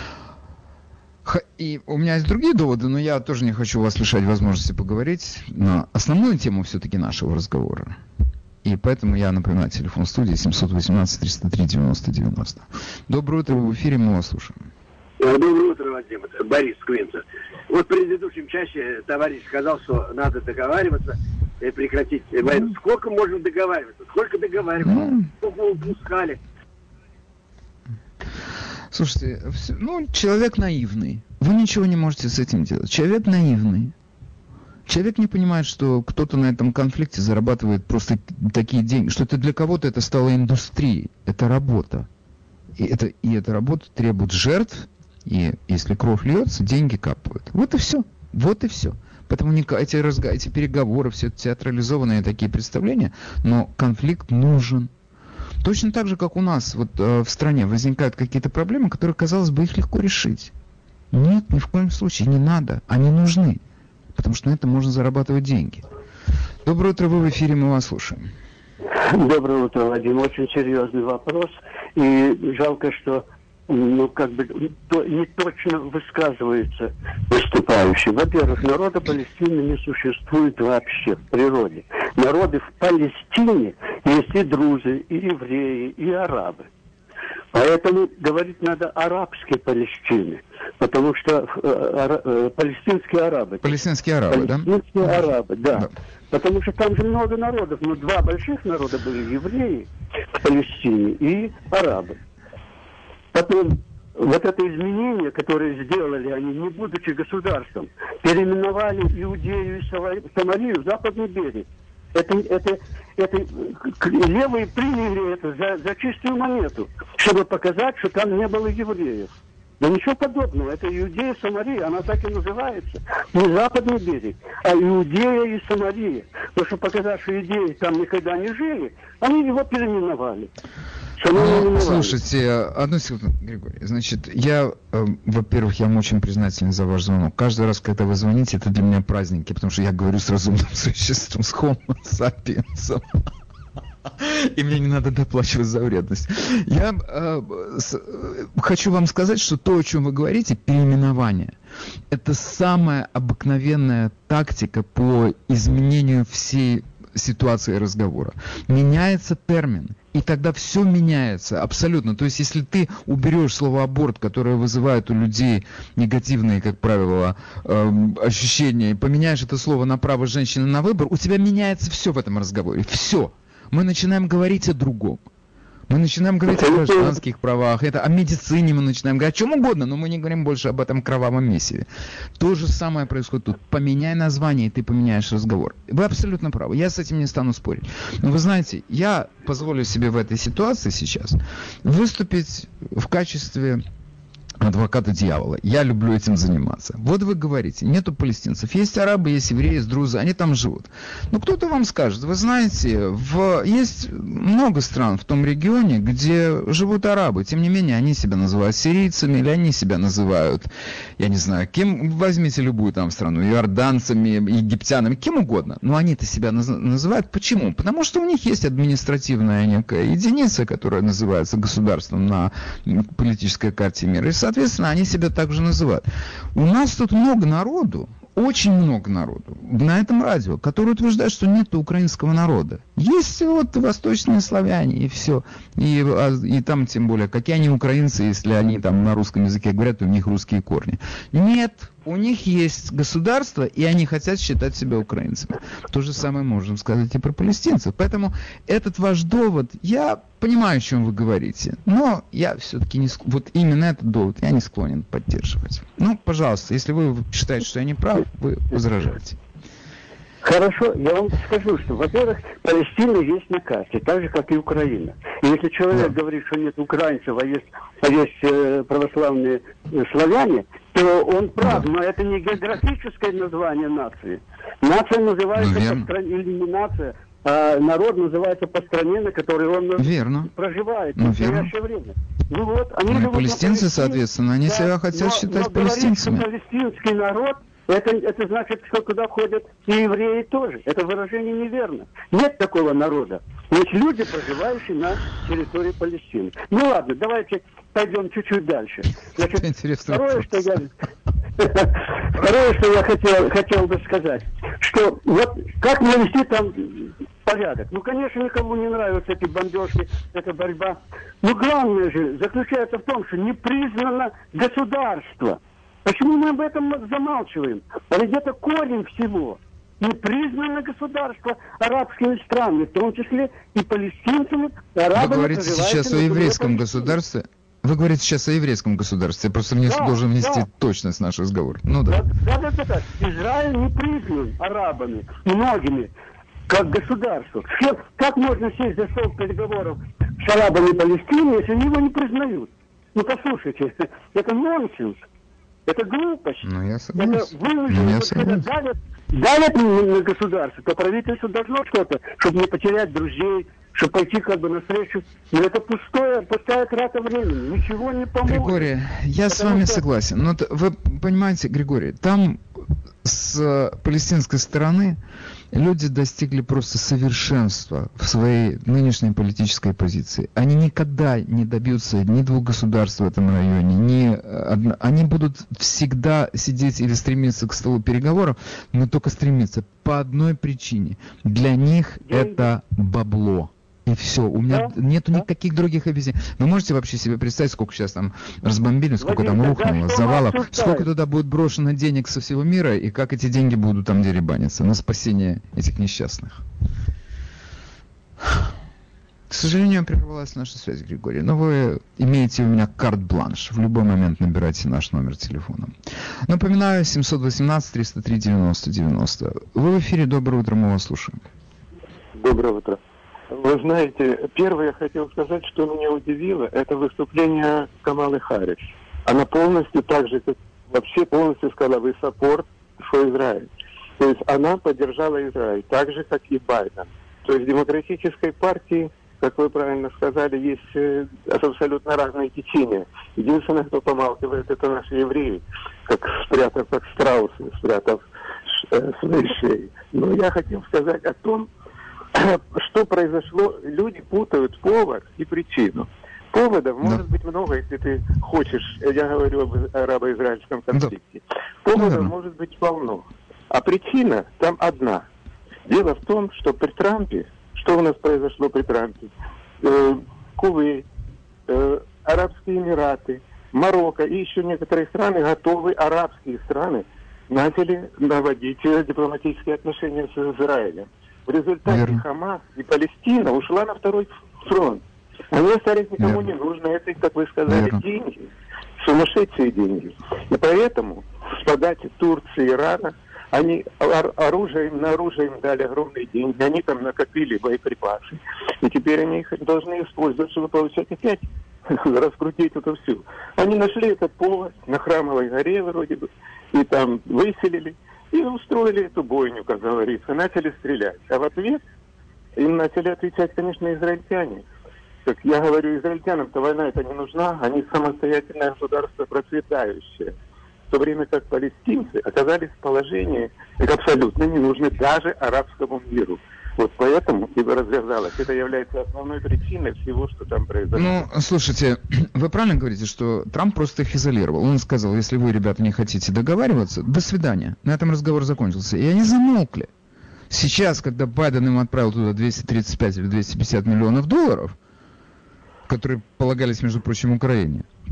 И у меня есть другие доводы, но я тоже не хочу вас лишать возможности поговорить на основную тему все-таки нашего разговора. И поэтому я напоминаю, телефон студии семьсот восемнадцать триста три девяносто девяносто. Доброе утро, вы в эфире, мы вас слушаем. Доброе утро, Вадим. Это Борис Квинца. Вот в предыдущем часе товарищ сказал, что надо договариваться и прекратить войну. Mm. Сколько можно договариваться? Сколько договариваться? Mm. Сколько вы упускали? Слушайте, все, ну, человек наивный. Вы ничего не можете с этим делать. Человек наивный. Человек не понимает, что кто-то на этом конфликте зарабатывает просто такие деньги, что это для кого-то это стало индустрией. Это работа. И, это, и эта работа требует жертв, и если кровь льется, деньги капают. Вот и все. Вот и все. Поэтому эти, разго... эти переговоры, все театрализованные такие представления, но конфликт нужен. Точно так же, как у нас вот, э, в стране возникают какие-то проблемы, которые, казалось бы, их легко решить. Нет, ни в коем случае не надо. Они нужны. Потому что на этом можно зарабатывать деньги. Доброе утро, вы в эфире, мы вас слушаем. Доброе утро, Вадим. Очень серьезный вопрос. И жалко, что ну, как бы, то, не точно высказывается выступающий. Во-первых, народа Палестины не существует вообще в природе. Народы в Палестине есть и друзы, и евреи, и арабы. Поэтому говорить надо арабской Палестине, потому что э, э, палестинские арабы. Палестинские арабы, палестинские да? арабы, да. да. Потому что там же много народов, но два больших народа были евреи в Палестине и арабы. Потом вот это изменение, которое сделали они, не будучи государством, переименовали Иудею и Самарию в Западный берег. Это, это, это левые приняли это за, за чистую монету, чтобы показать, что там не было евреев. Да ничего подобного. Это Иудея и Самария, она так и называется. Не Западный берег, а Иудея и Самария. Потому что показать, что иудеи там никогда не жили, они его переименовали. Ну, слушайте, одну секунду, Григорий. Значит, я, э, во-первых, я вам очень признателен за ваш звонок. Каждый раз, когда вы звоните, это для меня праздники, потому что я говорю с разумным существом, с Homo sapiens. И мне не надо доплачивать за вредность. Я э, с, э, хочу вам сказать, что то, о чем вы говорите, переименование, это самая обыкновенная тактика по изменению всей ситуации разговора. Меняется термин, и тогда все меняется абсолютно. То есть, если ты уберешь слово аборт, которое вызывает у людей негативные, как правило, э, ощущения, и поменяешь это слово на право женщины на выбор, у тебя меняется все в этом разговоре. Все. Мы начинаем говорить о другом. Мы начинаем говорить о гражданских правах, это, о медицине мы начинаем говорить, о чем угодно, но мы не говорим больше об этом кровавом месиве. То же самое происходит тут. Поменяй название, и ты поменяешь разговор. Вы абсолютно правы, я с этим не стану спорить. Но вы знаете, я позволю себе в этой ситуации сейчас выступить в качестве адвоката дьявола. Я люблю этим заниматься. Вот вы говорите, нету палестинцев. Есть арабы, есть евреи, есть друзы, они там живут. Но кто-то вам скажет, вы знаете, в... есть много стран в том регионе, где живут арабы. Тем не менее, они себя называют сирийцами, или они себя называют, я не знаю, кем, возьмите любую там страну, иорданцами, египтянами, кем угодно. Но они-то себя наз... называют. Почему? Потому что у них есть административная некая единица, которая называется государством на политической карте мира. И, соответственно, они себя также называют. У нас тут много народу, очень много народу на этом радио, которые утверждают, что нет украинского народа. Есть вот восточные славяне, и все. И, и там, тем более, какие они украинцы, если они там на русском языке говорят, у них русские корни. Нет, у них есть государство, и они хотят считать себя украинцами. То же самое можем сказать и про палестинцев. Поэтому этот ваш довод, я понимаю, о чем вы говорите, но я все-таки не ск... вот именно этот довод я не склонен поддерживать. Ну, пожалуйста, если вы считаете, что я не прав, вы возражаете. Хорошо, я вам скажу, что, во-первых, Палестина есть на карте, так же, как и Украина. И если человек да. говорит, что нет украинцев, а есть, а есть э, православные э, славяне, то он прав, да. но это не географическое название нации. Нация называется ну, по стране, или не нация, а народ называется по стране, на которой он верно. проживает ну, в настоящее время. Ну вот, они ну, живут палестинцы, соответственно, они да, себя хотят но, считать но палестинцами. Говорить, что палестинский народ, Это, это значит, что туда входят и евреи тоже. Это выражение неверно. Нет такого народа. Есть люди, проживающие на территории Палестины. Ну ладно, давайте пойдем чуть-чуть дальше. Значит, второе, что я, второе, что я хотел, хотел бы сказать, что вот как навести там порядок. Ну, конечно, никому не нравятся эти бомбежки, эта борьба. Но главное же заключается в том, что не признано государство. Почему мы об этом замалчиваем? А ведь это корень всего. Не признано государство арабскими странами, в том числе и палестинцами, и арабами. Вы говорите сейчас о еврейском государстве? Вы говорите сейчас о еврейском государстве. Я просто мне да, должен внести да. точность в наш разговор. Ну да. Да, да, да, да. Израиль не признан арабами, многими, как государство. Как можно сесть за стол переговоров с арабами Палестины, если они его не признают? Ну послушайте, это нонсенс. Это глупость. Ну, я согласен. Это вынуждено, ну, когда давят, давят на государство, то правительство должно что-то, чтобы не потерять друзей, чтобы пойти как бы навстречу. Но это пустое, пустая трата времени. Ничего не поможет. Григорий, я с вами что... согласен. Но вы понимаете, Григорий, там с палестинской стороны люди достигли просто совершенства в своей нынешней политической позиции. Они никогда не добьются ни двух государств в этом районе, ни одно... они будут всегда сидеть или стремиться к столу переговоров, но только стремиться по одной причине. Для них деньги. Это бабло. И все, у меня да? нету да? никаких других объяснений. Вы можете вообще себе представить, сколько сейчас там разбомбили, сколько Владимир, там рухнуло, да, завалов, сколько туда будет брошено денег со всего мира, и как эти деньги будут там деребаниться на спасение этих несчастных. К сожалению, прервалась наша связь, Григорий, но вы имеете у меня карт-бланш. В любой момент набирайте наш номер телефона. Напоминаю, семьсот восемнадцать триста три девяносто девяносто. Вы в эфире, доброе утро, мы вас слушаем. Доброе утро. Вы знаете, первое я хотел сказать, что меня удивило, это выступление Камалы Харрис. Она полностью так же, как вообще полностью сказала, вы саппорт for Израиль. То есть она поддержала Израиль, так же, как и Байден. То есть в демократической партии, как вы правильно сказали, есть абсолютно разные течения. Единственное, кто помалкивает, это наши евреи, как спрятав, как страусы, спрятав э, свои шеи. Но я хотел сказать о том, что произошло, люди путают повод и причину. Поводов да. может быть много, если ты хочешь, я говорю об арабо-израильском конфликте. Да. Поводов да. может быть полно. А причина там одна. Дело в том, что при Трампе, что у нас произошло при Трампе? Э, Кувейт, э, Арабские Эмираты, Марокко и еще некоторые страны, готовые арабские страны, начали наводить дипломатические отношения с Израилем. В результате Верно. Хамас и Палестина ушла на второй фронт. Они остались никому Верно. Не нужны. Это, как вы сказали, Верно. Деньги. Сумасшедшие деньги. И поэтому с подачи Турции, Ирана, они оружием, на оружие им дали огромные деньги. Они там накопили боеприпасы. И теперь они их должны использовать, чтобы получать опять, раскрутить это все. Они нашли этот повод на Храмовой горе вроде бы. И там выселили. И устроили эту бойню, как говорится, начали стрелять. А в ответ им начали отвечать, конечно, израильтяне. Как я говорю, израильтянам-то война это не нужна, они самостоятельное государство процветающее. В то время как палестинцы оказались в положении, это абсолютно не нужны даже арабскому миру. Вот поэтому и развязалось. Это является основной причиной всего, что там произошло. Ну, слушайте, вы правильно говорите, что Трамп просто их изолировал. Он сказал, если вы, ребята, не хотите договариваться, до свидания. На этом разговор закончился. И они замолкли. Сейчас, когда Байден им отправил туда двести тридцать пять или двести пятьдесят миллионов долларов, которые полагались, между прочим, Украине,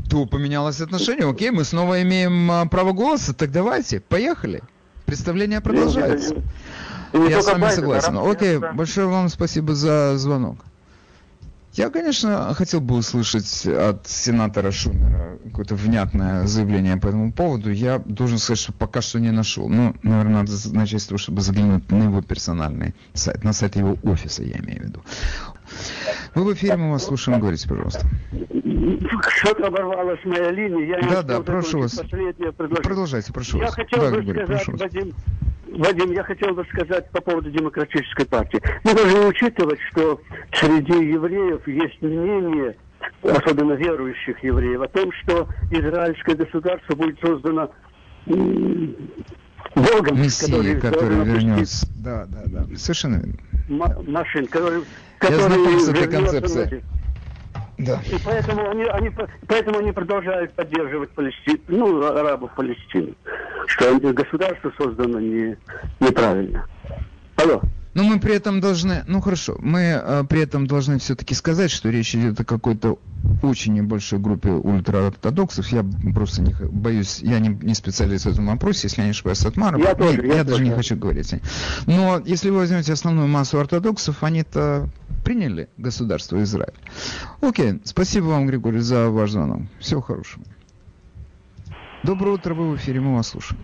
то поменялось отношение. Окей, мы снова имеем а, право голоса, так давайте, поехали. Представление продолжается. Я с вами согласен. Окей, большое вам спасибо за звонок. Я, конечно, хотел бы услышать от сенатора Шумера какое-то внятное заявление по этому поводу. Я должен сказать, что пока что не нашел. Ну, наверное, надо начать с того, чтобы заглянуть на его персональный сайт, на сайт его офиса, я имею в виду. Вы в эфире, мы вас слушаем, говорите, пожалуйста. Что-то оборвалась моя линия. Я да, да, прошу вас. Продолжайте, прошу я вас. Хотел да, бы Григорий, сказать, прошу Вадим, Вадим, я хотел бы сказать по поводу демократической партии. Мы должны учитывать, что среди евреев есть мнение, особенно верующих евреев, о том, что израильское государство будет создано м- Богом, Мессия, который, который вернется. Да, да, да. Совершенно верно. М- машин, который, который я знаком с этой концепцией. концепцией. Да. И поэтому они, они, поэтому они продолжают поддерживать Палестину, ну, арабов Палестины, что государство создано не, неправильно. Алло. Но мы при этом должны, ну хорошо, мы а, при этом должны все-таки сказать, что речь идет о какой-то очень небольшой группе ультраортодоксов. Я просто не боюсь, я не, не специалист в этом вопросе, если я не ошибаюсь, от Мара. Я, Нет, тоже, я, я тоже. даже не хочу говорить. Но если вы возьмете основную массу ортодоксов, они-то приняли государство Израиль. Окей, спасибо вам, Григорий, за ваш звонок. Всего хорошего. Доброе утро, вы в эфире, мы вас слушаем.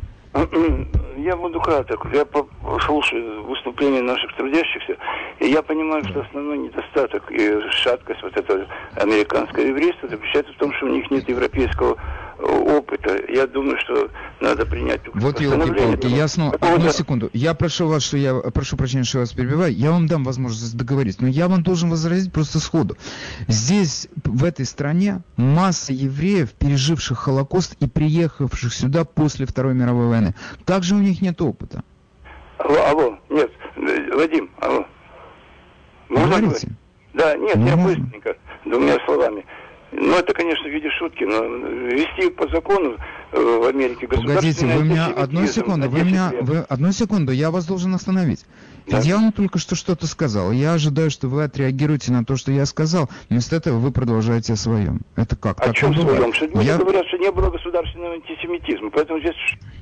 Я буду краток. Я слушаю выступления наших трудящихся, и я понимаю, что основной недостаток и шаткость вот этого американского еврейства заключается в том, что у них нет европейского опыта. Я думаю, что надо принять... Вот елки-палки, я снова... Одну секунду. Я прошу вас, что я... Прошу прощения, что я вас перебиваю. Я вам дам возможность договориться, но я вам должен возразить просто сходу. Здесь, в этой стране, масса евреев, переживших Холокост и приехавших сюда после Второй мировой войны. Также у них нет опыта. Алло, алло, нет, Вадим, алло. Можно говорите? Да, нет, ну, я можно. быстренько, двумя словами. Ну, это, конечно, в виде шутки, но вести по закону в Америке государственный Погодите, вы меня... Одну секунду, вы меня... Вы... Одну секунду, я вас должен остановить. Да? Я вам только что что-то сказал. Я ожидаю, что вы отреагируете на то, что я сказал. Вместо этого вы продолжаете о своем. Это как? О чем своем? Что люди я... говорят, что не было государственного антисемитизма, поэтому здесь...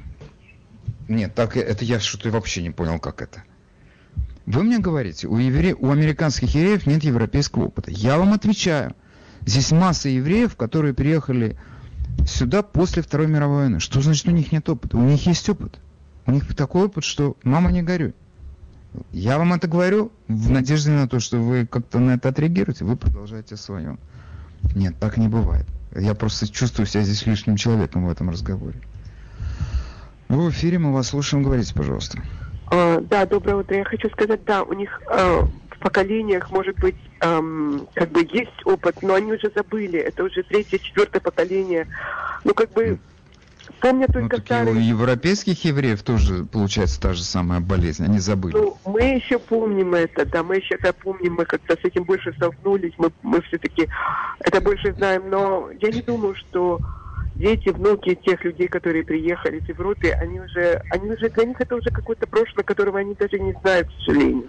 Нет, так это я что-то вообще не понял, как это. Вы мне говорите, у, евре... у американских евреев нет европейского опыта. Я вам отвечаю. Здесь масса евреев, которые приехали сюда после Второй мировой войны. Что значит у них нет опыта? У них есть опыт. У них такой опыт, что мама не горюй. Я вам это говорю в надежде на то, что вы как-то на это отреагируете, вы продолжаете о своем. Нет, так не бывает. Я просто чувствую себя здесь лишним человеком в этом разговоре. Вы в эфире, мы вас слушаем, говорите, пожалуйста. А, да, доброе утро. Я хочу сказать, да, у них а, в поколениях, может быть, ам, как бы есть опыт, но они уже забыли. Это уже третье, четвертое поколение. Ну, как бы, помнят только ну, старые... У европейских евреев тоже получается та же самая болезнь, они забыли. Ну, мы еще помним это, да, мы еще это помним, мы как-то с этим больше столкнулись, мы, мы все-таки это больше знаем, но я не думаю, что дети, внуки тех людей, которые приехали из Европы, они уже, они уже, для них это уже какое-то прошлое, которого они даже не знают, к сожалению.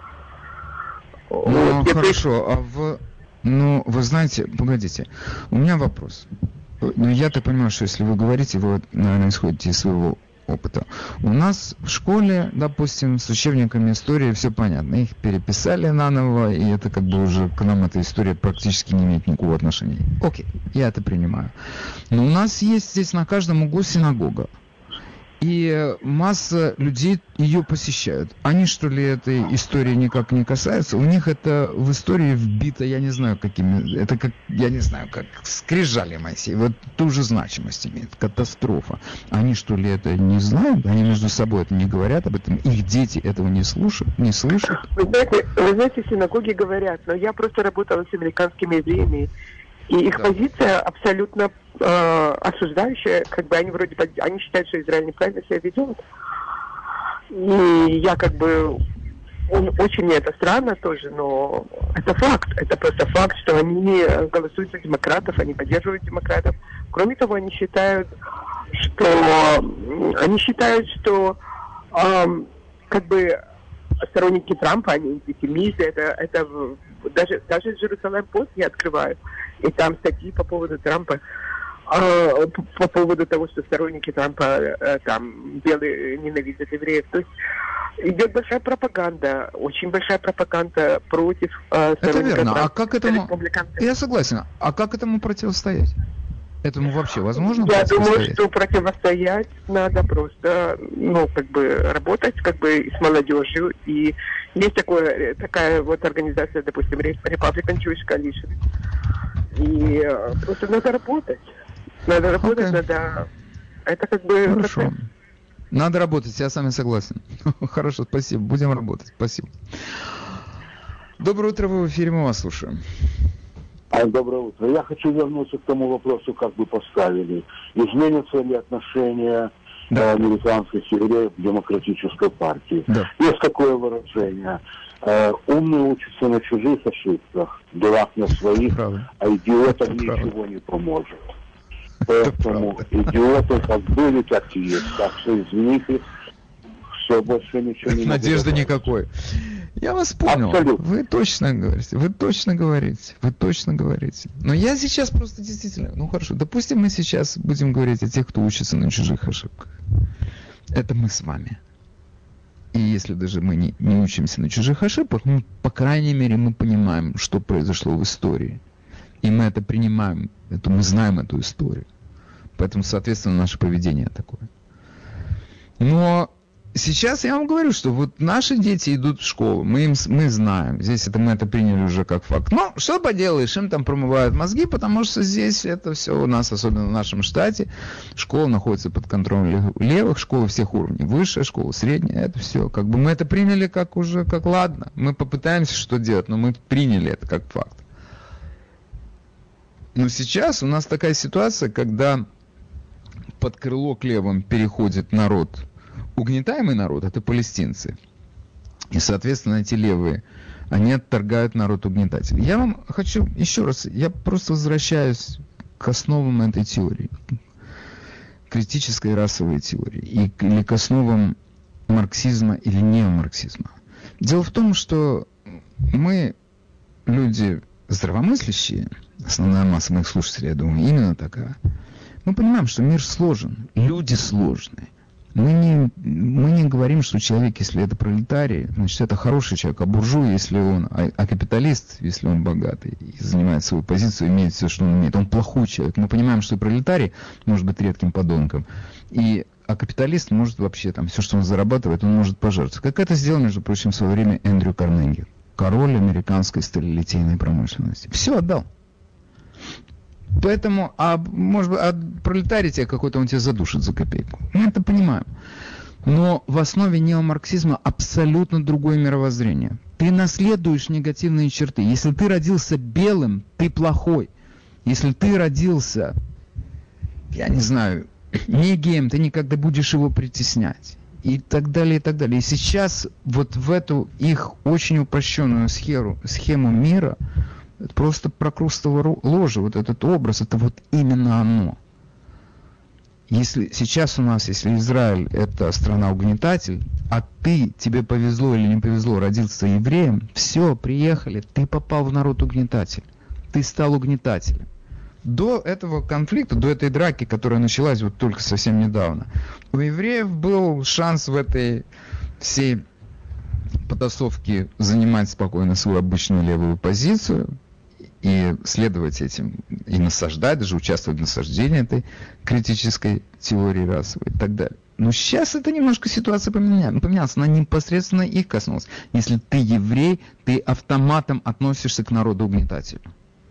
Ну, вот, хорошо, я... а в... Ну, вы знаете, погодите, у меня вопрос. Ну, я так понимаю, что если вы говорите, вы, наверное, исходите из своего опыта. У нас в школе, допустим, с учебниками истории все понятно. Их переписали наново, и это как бы уже к нам эта история практически не имеет никакого отношения. Окей, я это принимаю. Но у нас есть здесь на каждом углу синагога. И масса людей ее посещают. Они, что ли, этой истории никак не касаются? У них это в истории вбито, я не знаю, какими... Это как, я не знаю, как скрижали Моисей. Вот ту же значимость имеет. Катастрофа. Они, что ли, это не знают? Они между собой это не говорят об этом? Их дети этого не слушают? Не слышат? Вы знаете, вы знаете, синагоги говорят, но я просто работала с американскими евреями. И их да. позиция абсолютно э, осуждающая, как бы они вроде они считают, что Израиль неправильно себя ведет. И я как бы он, очень мне это странно тоже, но это факт. Это просто факт, что они голосуют за демократов, они поддерживают демократов. Кроме того, они считают, что они считают, что э, как бы сторонники Трампа, они антисемиты, это, это даже, даже Jerusalem Post не открывают. И там статьи по поводу Трампа. а, по, по поводу того, что сторонники Трампа там белые ненавидят евреев. То есть идет большая пропаганда, очень большая пропаганда против э, Это верно. Трампа, А как этому... Я согласен. А как этому противостоять? Этому вообще возможно Я противостоять? думаю, что противостоять надо просто, ну, как бы работать, как бы с молодежью. И есть такое, такая вот организация, допустим, Republican Jewish Coalition. И э, просто надо работать. Надо работать, okay. надо... Это как бы... Хорошо. Процесс. Надо работать, я с вами согласен. Хорошо, спасибо. Будем работать. Спасибо. Доброе утро, вы в эфире, мы вас слушаем. А, доброе утро. Я хочу вернуться к тому вопросу, как вы поставили. Изменятся ли отношения да. американских евреев к демократической партии? Да. Есть такое выражение. Э, умный учится на чужих ошибках, дурак на своих, правда. А идиотам Это ничего правда. Не поможет. Поэтому идиоты как были, так и есть. Так что извините, все, больше ничего не Надежды никакой. Я вас понял. Абсолютно. Вы точно говорите, вы точно говорите, вы точно говорите. Но я сейчас просто действительно, ну хорошо, допустим, мы сейчас будем говорить о тех, кто учится на чужих ошибках. Это мы с вами. И если даже мы не, не учимся на чужих ошибках, ну, по крайней мере, мы понимаем, что произошло в истории. И мы это принимаем, это мы знаем эту историю. Поэтому, соответственно, наше поведение такое. Но сейчас я вам говорю, что вот наши дети идут в школу, мы им мы знаем, здесь это мы это приняли уже как факт. Но что поделаешь, им там промывают мозги, потому что здесь это все у нас, особенно в нашем штате, школа находится под контролем левых, школы всех уровней, высшая школа, средняя, это все. Как бы мы это приняли как уже, как ладно, мы попытаемся что делать, но мы приняли это как факт. Но сейчас у нас такая ситуация, когда под крыло к левым переходит народ, угнетаемый народ, это палестинцы. И, соответственно, эти левые, они отторгают народ угнетателей. Я вам хочу еще раз, я просто возвращаюсь к основам этой теории, критической расовой теории, и, или к основам марксизма или неомарксизма. Дело в том, что мы, люди здравомыслящие, основная масса моих слушателей, я думаю, именно такая, мы понимаем, что мир сложен, люди сложные. Мы не, мы не говорим, что человек, если это пролетарий, значит, это хороший человек, а буржуй, если он, а, а капиталист, если он богатый и занимает свою позицию, имеет все, что он имеет, он плохой человек. Мы понимаем, что и пролетарий может быть редким подонком, и, а капиталист может вообще, там, все, что он зарабатывает, он может пожертвовать. Как это сделал, между прочим, в свое время Эндрю Карнеги, король американской сталелитейной промышленности. Все отдал. Поэтому, а может быть, а пролетарий тебя какой-то, он тебя задушит за копейку. Мы это понимаем. Но в основе неомарксизма абсолютно другое мировоззрение. Ты наследуешь негативные черты. Если ты родился белым, ты плохой. Если ты родился, я не знаю, не геем, ты никогда будешь его притеснять. И так далее, и так далее. И сейчас вот в эту их очень упрощенную схему, схему мира, это просто прокрустово ложе, вот этот образ, это вот именно оно. Если сейчас у нас, если Израиль это страна-угнетатель, а ты, тебе повезло или не повезло, родился евреем, все, приехали, ты попал в народ-угнетатель, ты стал угнетателем. До этого конфликта, до этой драки, которая началась вот только совсем недавно, у евреев был шанс в этой всей потасовке занимать спокойно свою обычную левую позицию, и следовать этим, и насаждать, даже участвовать в насаждении этой критической теории расовой и так далее. Но сейчас это немножко ситуация поменялась, поменялась, она непосредственно их коснулась. Если ты еврей, ты автоматом относишься к народу-угнетателю.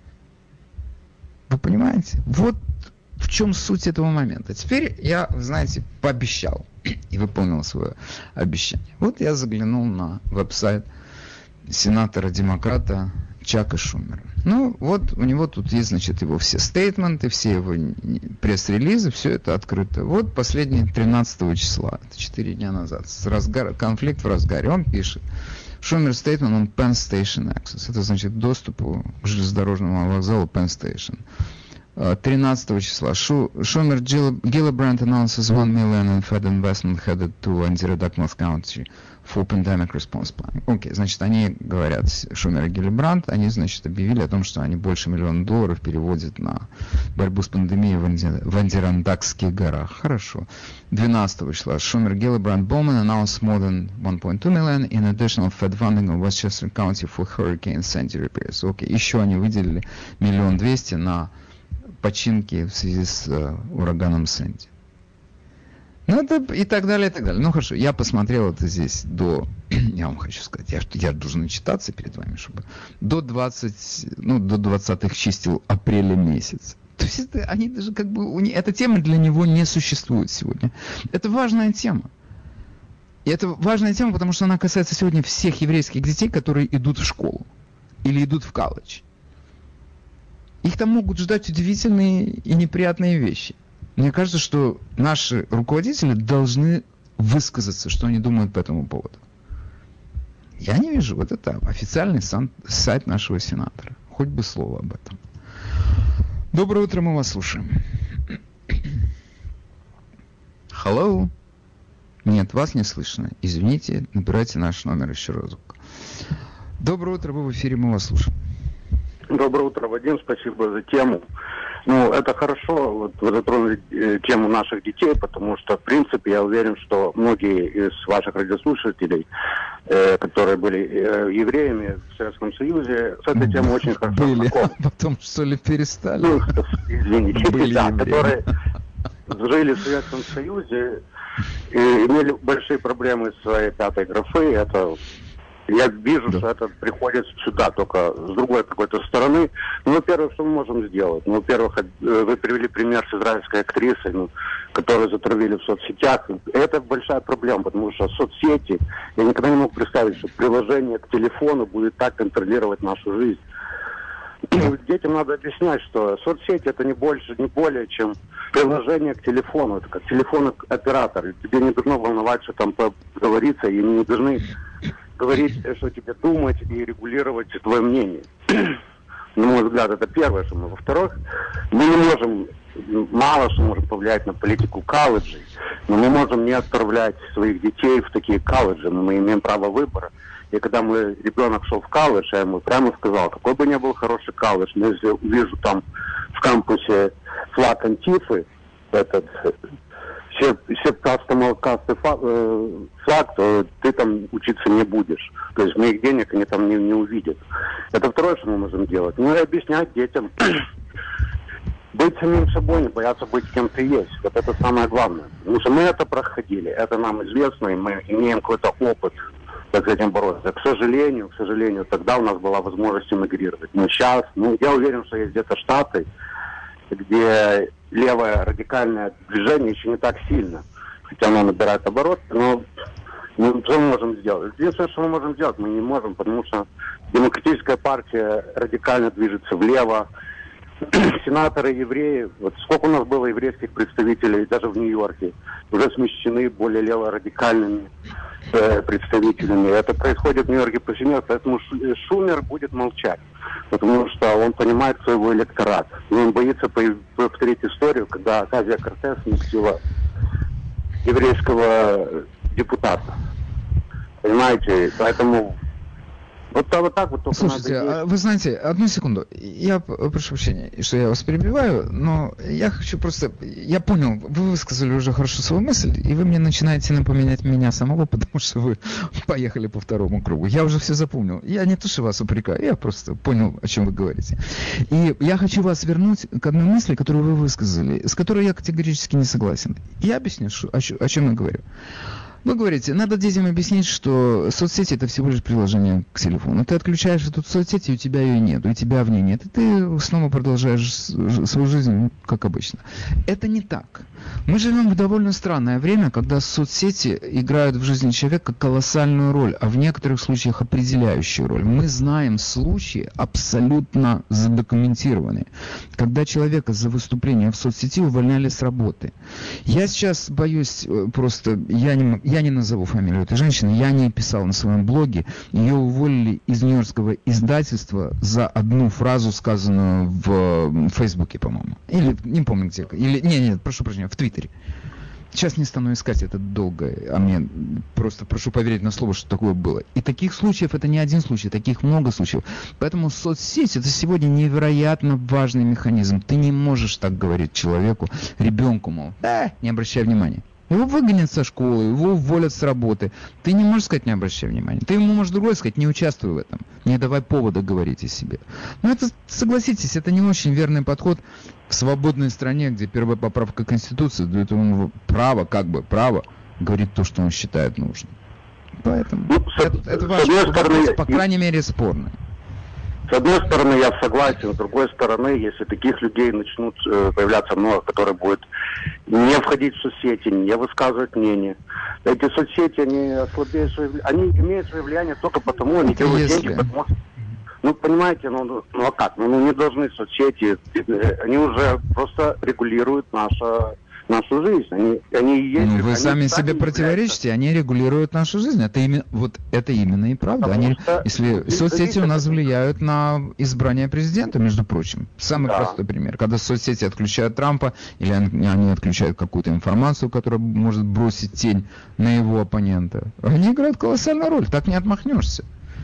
Вы понимаете? Вот в чем суть этого момента. Теперь я, знаете, пообещал и выполнил свое обещание. Вот я заглянул на веб-сайт сенатора-демократа Чака Шумера. Ну, вот у него тут есть, значит, его все стейтменты, все его пресс-релизы, все это открыто. Вот последний тринадцатого числа, это четыре дня назад, с разгар, конфликт в разгаре, он пишет. Шумер стейтмент on Penn Station Access. Это значит доступ к железнодорожному вокзалу Penn Station. тринадцатого числа. Шумер Gillibrand announces one million in Fed investment headed to Andirect County for pandemic response plan. Окей, okay, значит, они говорят, Шумер и Гиллибранд, они, значит, объявили о том, что они больше миллиона долларов переводят на борьбу с пандемией в, Анди... в Андирандакских горах. Хорошо. двенадцатого числа. Шумер Gillibrand Bowman announced more than one point two million in additional Fed funding of Westchester County for Hurricane Sandy repairs. Окей, okay. Еще они выделили миллион двести на починки в связи с uh, ураганом Сэнди. Ну, это и так далее, и так далее. Ну, хорошо, я посмотрел это здесь до, я вам хочу сказать, я, я должен читаться перед вами, чтобы до двадцать, ну, до двадцатых чисел апреля месяца. То есть это, они даже как бы, у них, эта тема для него не существует сегодня. Это важная тема. И это важная тема, потому что она касается сегодня всех еврейских детей, которые идут в школу или идут в колледж. Их там могут ждать удивительные и неприятные вещи. Мне кажется, что наши руководители должны высказаться, что они думают по этому поводу. Я не вижу. Вот это официальный сайт нашего сенатора. Хоть бы слово об этом. Доброе утро, мы вас слушаем. Hello? Нет, вас не слышно. Извините, набирайте наш номер еще разок. Доброе утро, вы в эфире, мы вас слушаем. Доброе утро, Вадим, спасибо за тему. Ну, это хорошо, вот вы затронули э, тему наших детей, потому что, в принципе, я уверен, что многие из ваших радиослушателей, э, которые были э, евреями в Советском Союзе, с этой темой очень хорошо были, знакомы. А потом, что ли, перестали? Ну, извините, были да, евреи. Которые жили в Советском Союзе и имели большие проблемы с своей пятой графой. Это... Я вижу, да. что это приходит сюда, только с другой какой-то стороны. Ну, во-первых, что мы можем сделать? Ну, во-первых, вы привели пример с израильской актрисой, ну, которую затравили в соцсетях. Это большая проблема, потому что соцсети, я никогда не мог представить, что приложение к телефону будет так контролировать нашу жизнь. Детям надо объяснять, что соцсети это не больше, не более, чем приложение к телефону. Это как телефон-оператор. Тебе не должно волновать, что там говорится, и не должны говорить, что тебе думать и регулировать твое мнение. На мой взгляд, это первое, что мы. Во-вторых, мы не можем, мало что можем повлиять на политику колледжей, но мы можем не отправлять своих детей в такие колледжи, но мы имеем право выбора. И когда мой ребенок шел в колледж, я ему прямо сказал, какой бы ни был хороший колледж, но если увижу там в кампусе флаг Антифы, этот сепкастый флаг, то ты там учиться не будешь. То есть моих денег они там не, не увидят. Это второе, что мы можем делать. Ну и объяснять детям, быть самим собой, не бояться быть кем ты есть. Вот это самое главное. Потому что мы это проходили, это нам известно, и мы имеем какой-то опыт, как с этим бороться. К сожалению, к сожалению, тогда у нас была возможность эмигрировать. Но сейчас, ну, я уверен, что есть где-то штаты, где левое радикальное движение еще не так сильно, хотя оно набирает обороты, но ну, что мы можем сделать? Единственное, что мы можем сделать, мы не можем, потому что демократическая партия радикально движется влево. Сенаторы евреи, вот сколько у нас было еврейских представителей даже в Нью-Йорке, уже смещены более леворадикальными э, представителями. Это происходит в Нью-Йорке повсеместно, поэтому Шумер будет молчать, потому что он понимает своего электорат. И он боится повторить историю, когда Оказия Кортес сместила еврейского депутата. Понимаете? Поэтому... Вот, вот так вот только. Слушайте, надо... вы знаете, одну секунду, я прошу прощения, что я вас перебиваю, но я хочу просто, я понял, вы высказали уже хорошо свою мысль, и вы мне начинаете напоминать меня самого, потому что вы поехали по второму кругу. Я уже все запомнил. Я не то, что вас упрекаю, я просто понял, о чем вы говорите. И я хочу вас вернуть к одной мысли, которую вы высказали, с которой я категорически не согласен. Я объясню, что, о, о чем я говорю. Вы говорите, надо детям объяснить, что соцсети это всего лишь приложение к телефону. Ты отключаешь эту соцсеть, и у тебя ее нет, и тебя в ней нет. И ты снова продолжаешь свою жизнь, как обычно. Это не так. Мы живем в довольно странное время, когда соцсети играют в жизни человека колоссальную роль, а в некоторых случаях определяющую роль. Мы знаем случаи абсолютно задокументированные, когда человека за выступление в соцсети увольняли с работы. Я сейчас боюсь просто, я не, я не назову фамилию этой женщины, я не писал на своем блоге, ее уволили из нью-йоркского издательства за одну фразу, сказанную в Фейсбуке, по-моему. Или, не помню где. Или, не, не, прошу прощения, в Твиттере. Сейчас не стану искать это долго, а мне просто прошу поверить на слово, что такое было. И таких случаев, это не один случай, таких много случаев. Поэтому соцсеть — это сегодня невероятно важный механизм. Ты не можешь так говорить человеку, ребенку, мол, да, не обращай внимания. Его выгонят со школы, его уволят с работы. Ты не можешь сказать, не обращай внимания. Ты ему можешь другое сказать, не участвуй в этом. Не давай повода говорить о себе. Но это, согласитесь, это не очень верный подход в свободной стране, где первая поправка Конституции дает ему право, как бы право, говорить то, что он считает нужным. Поэтому ну, это, с, это ваш вопрос, по крайней мере, спорный. С одной стороны, я согласен, с другой стороны, если таких людей начнут э, появляться много, которые будут не входить в соцсети, не высказывать мнение. Эти соцсети, они ослабеют свои, они имеют свое влияние только потому, они делают деньги, потому что, ну, понимаете, ну, ну а как, ну, ну не должны соцсети, они уже просто регулируют наше... нашу жизнь. Они, они есть, ну, вы они сами себе противоречите, они регулируют нашу жизнь. Это именно, вот это именно и правда. Они, если соцсети у нас влияют на избрание президента, между прочим. Самый да. простой пример. Когда соцсети отключают Трампа, или они отключают какую-то информацию, которая может бросить тень на его оппонента, они играют колоссальную роль. Так не отмахнешься.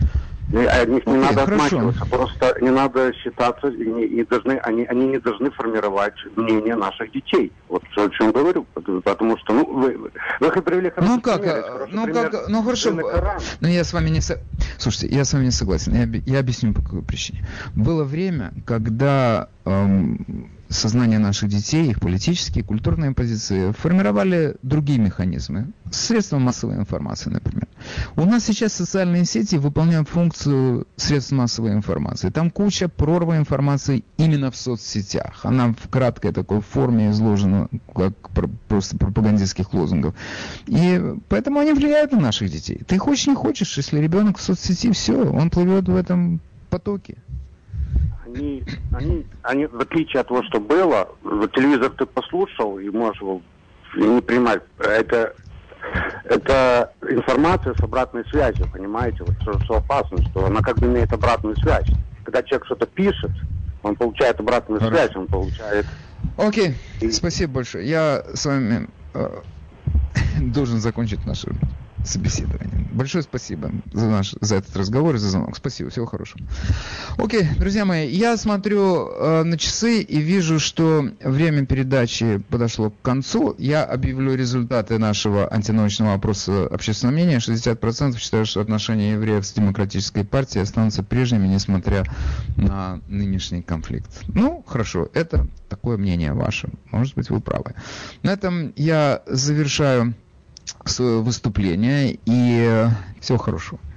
От них не okay, надо отмахиваться, просто не надо считаться, не, не должны, они, они не должны формировать мнение наших детей. Вот о чем говорю, потому что, ну, вы, вы, вы привели хороший ну как, пример, ну как, пример, ну хорошо, но я с вами не со... слушайте, я с вами не согласен, я, я объясню по какой причине. Было время, когда эм, сознание наших детей, их политические, культурные позиции формировали другие механизмы, средства массовой информации, например. У нас сейчас социальные сети выполняют функцию средств массовой информации. Там куча прорва информации именно в соцсетях. Она в краткой такой форме изложена, как просто пропагандистских лозунгов. И поэтому они влияют на наших детей. Ты хочешь, не хочешь, если ребенок в соцсети, все, он плывет в этом потоке. Они, они, они, в отличие от того, что было, телевизор ты послушал и можешь его не принимать. Это, это информация с обратной связью, понимаете? Вот что, что опасно, что она как бы имеет обратную связь. Когда человек что-то пишет, он получает обратную Хорошо. связь, он получает... Окей, и... спасибо большое. Я с вами э, должен закончить наше собеседование. Большое спасибо за наш, за этот разговор и за звонок. Спасибо, всего хорошего. Окей, друзья мои, я смотрю э, на часы и вижу, что время передачи подошло к концу. Я объявлю результаты нашего антинаучного опроса общественного мнения. шестьдесят процентов считают, что отношения евреев с демократической партией останутся прежними, несмотря на нынешний конфликт. Ну, хорошо, это такое мнение ваше. Может быть, вы правы. На этом я завершаю свое выступление, и всего хорошего.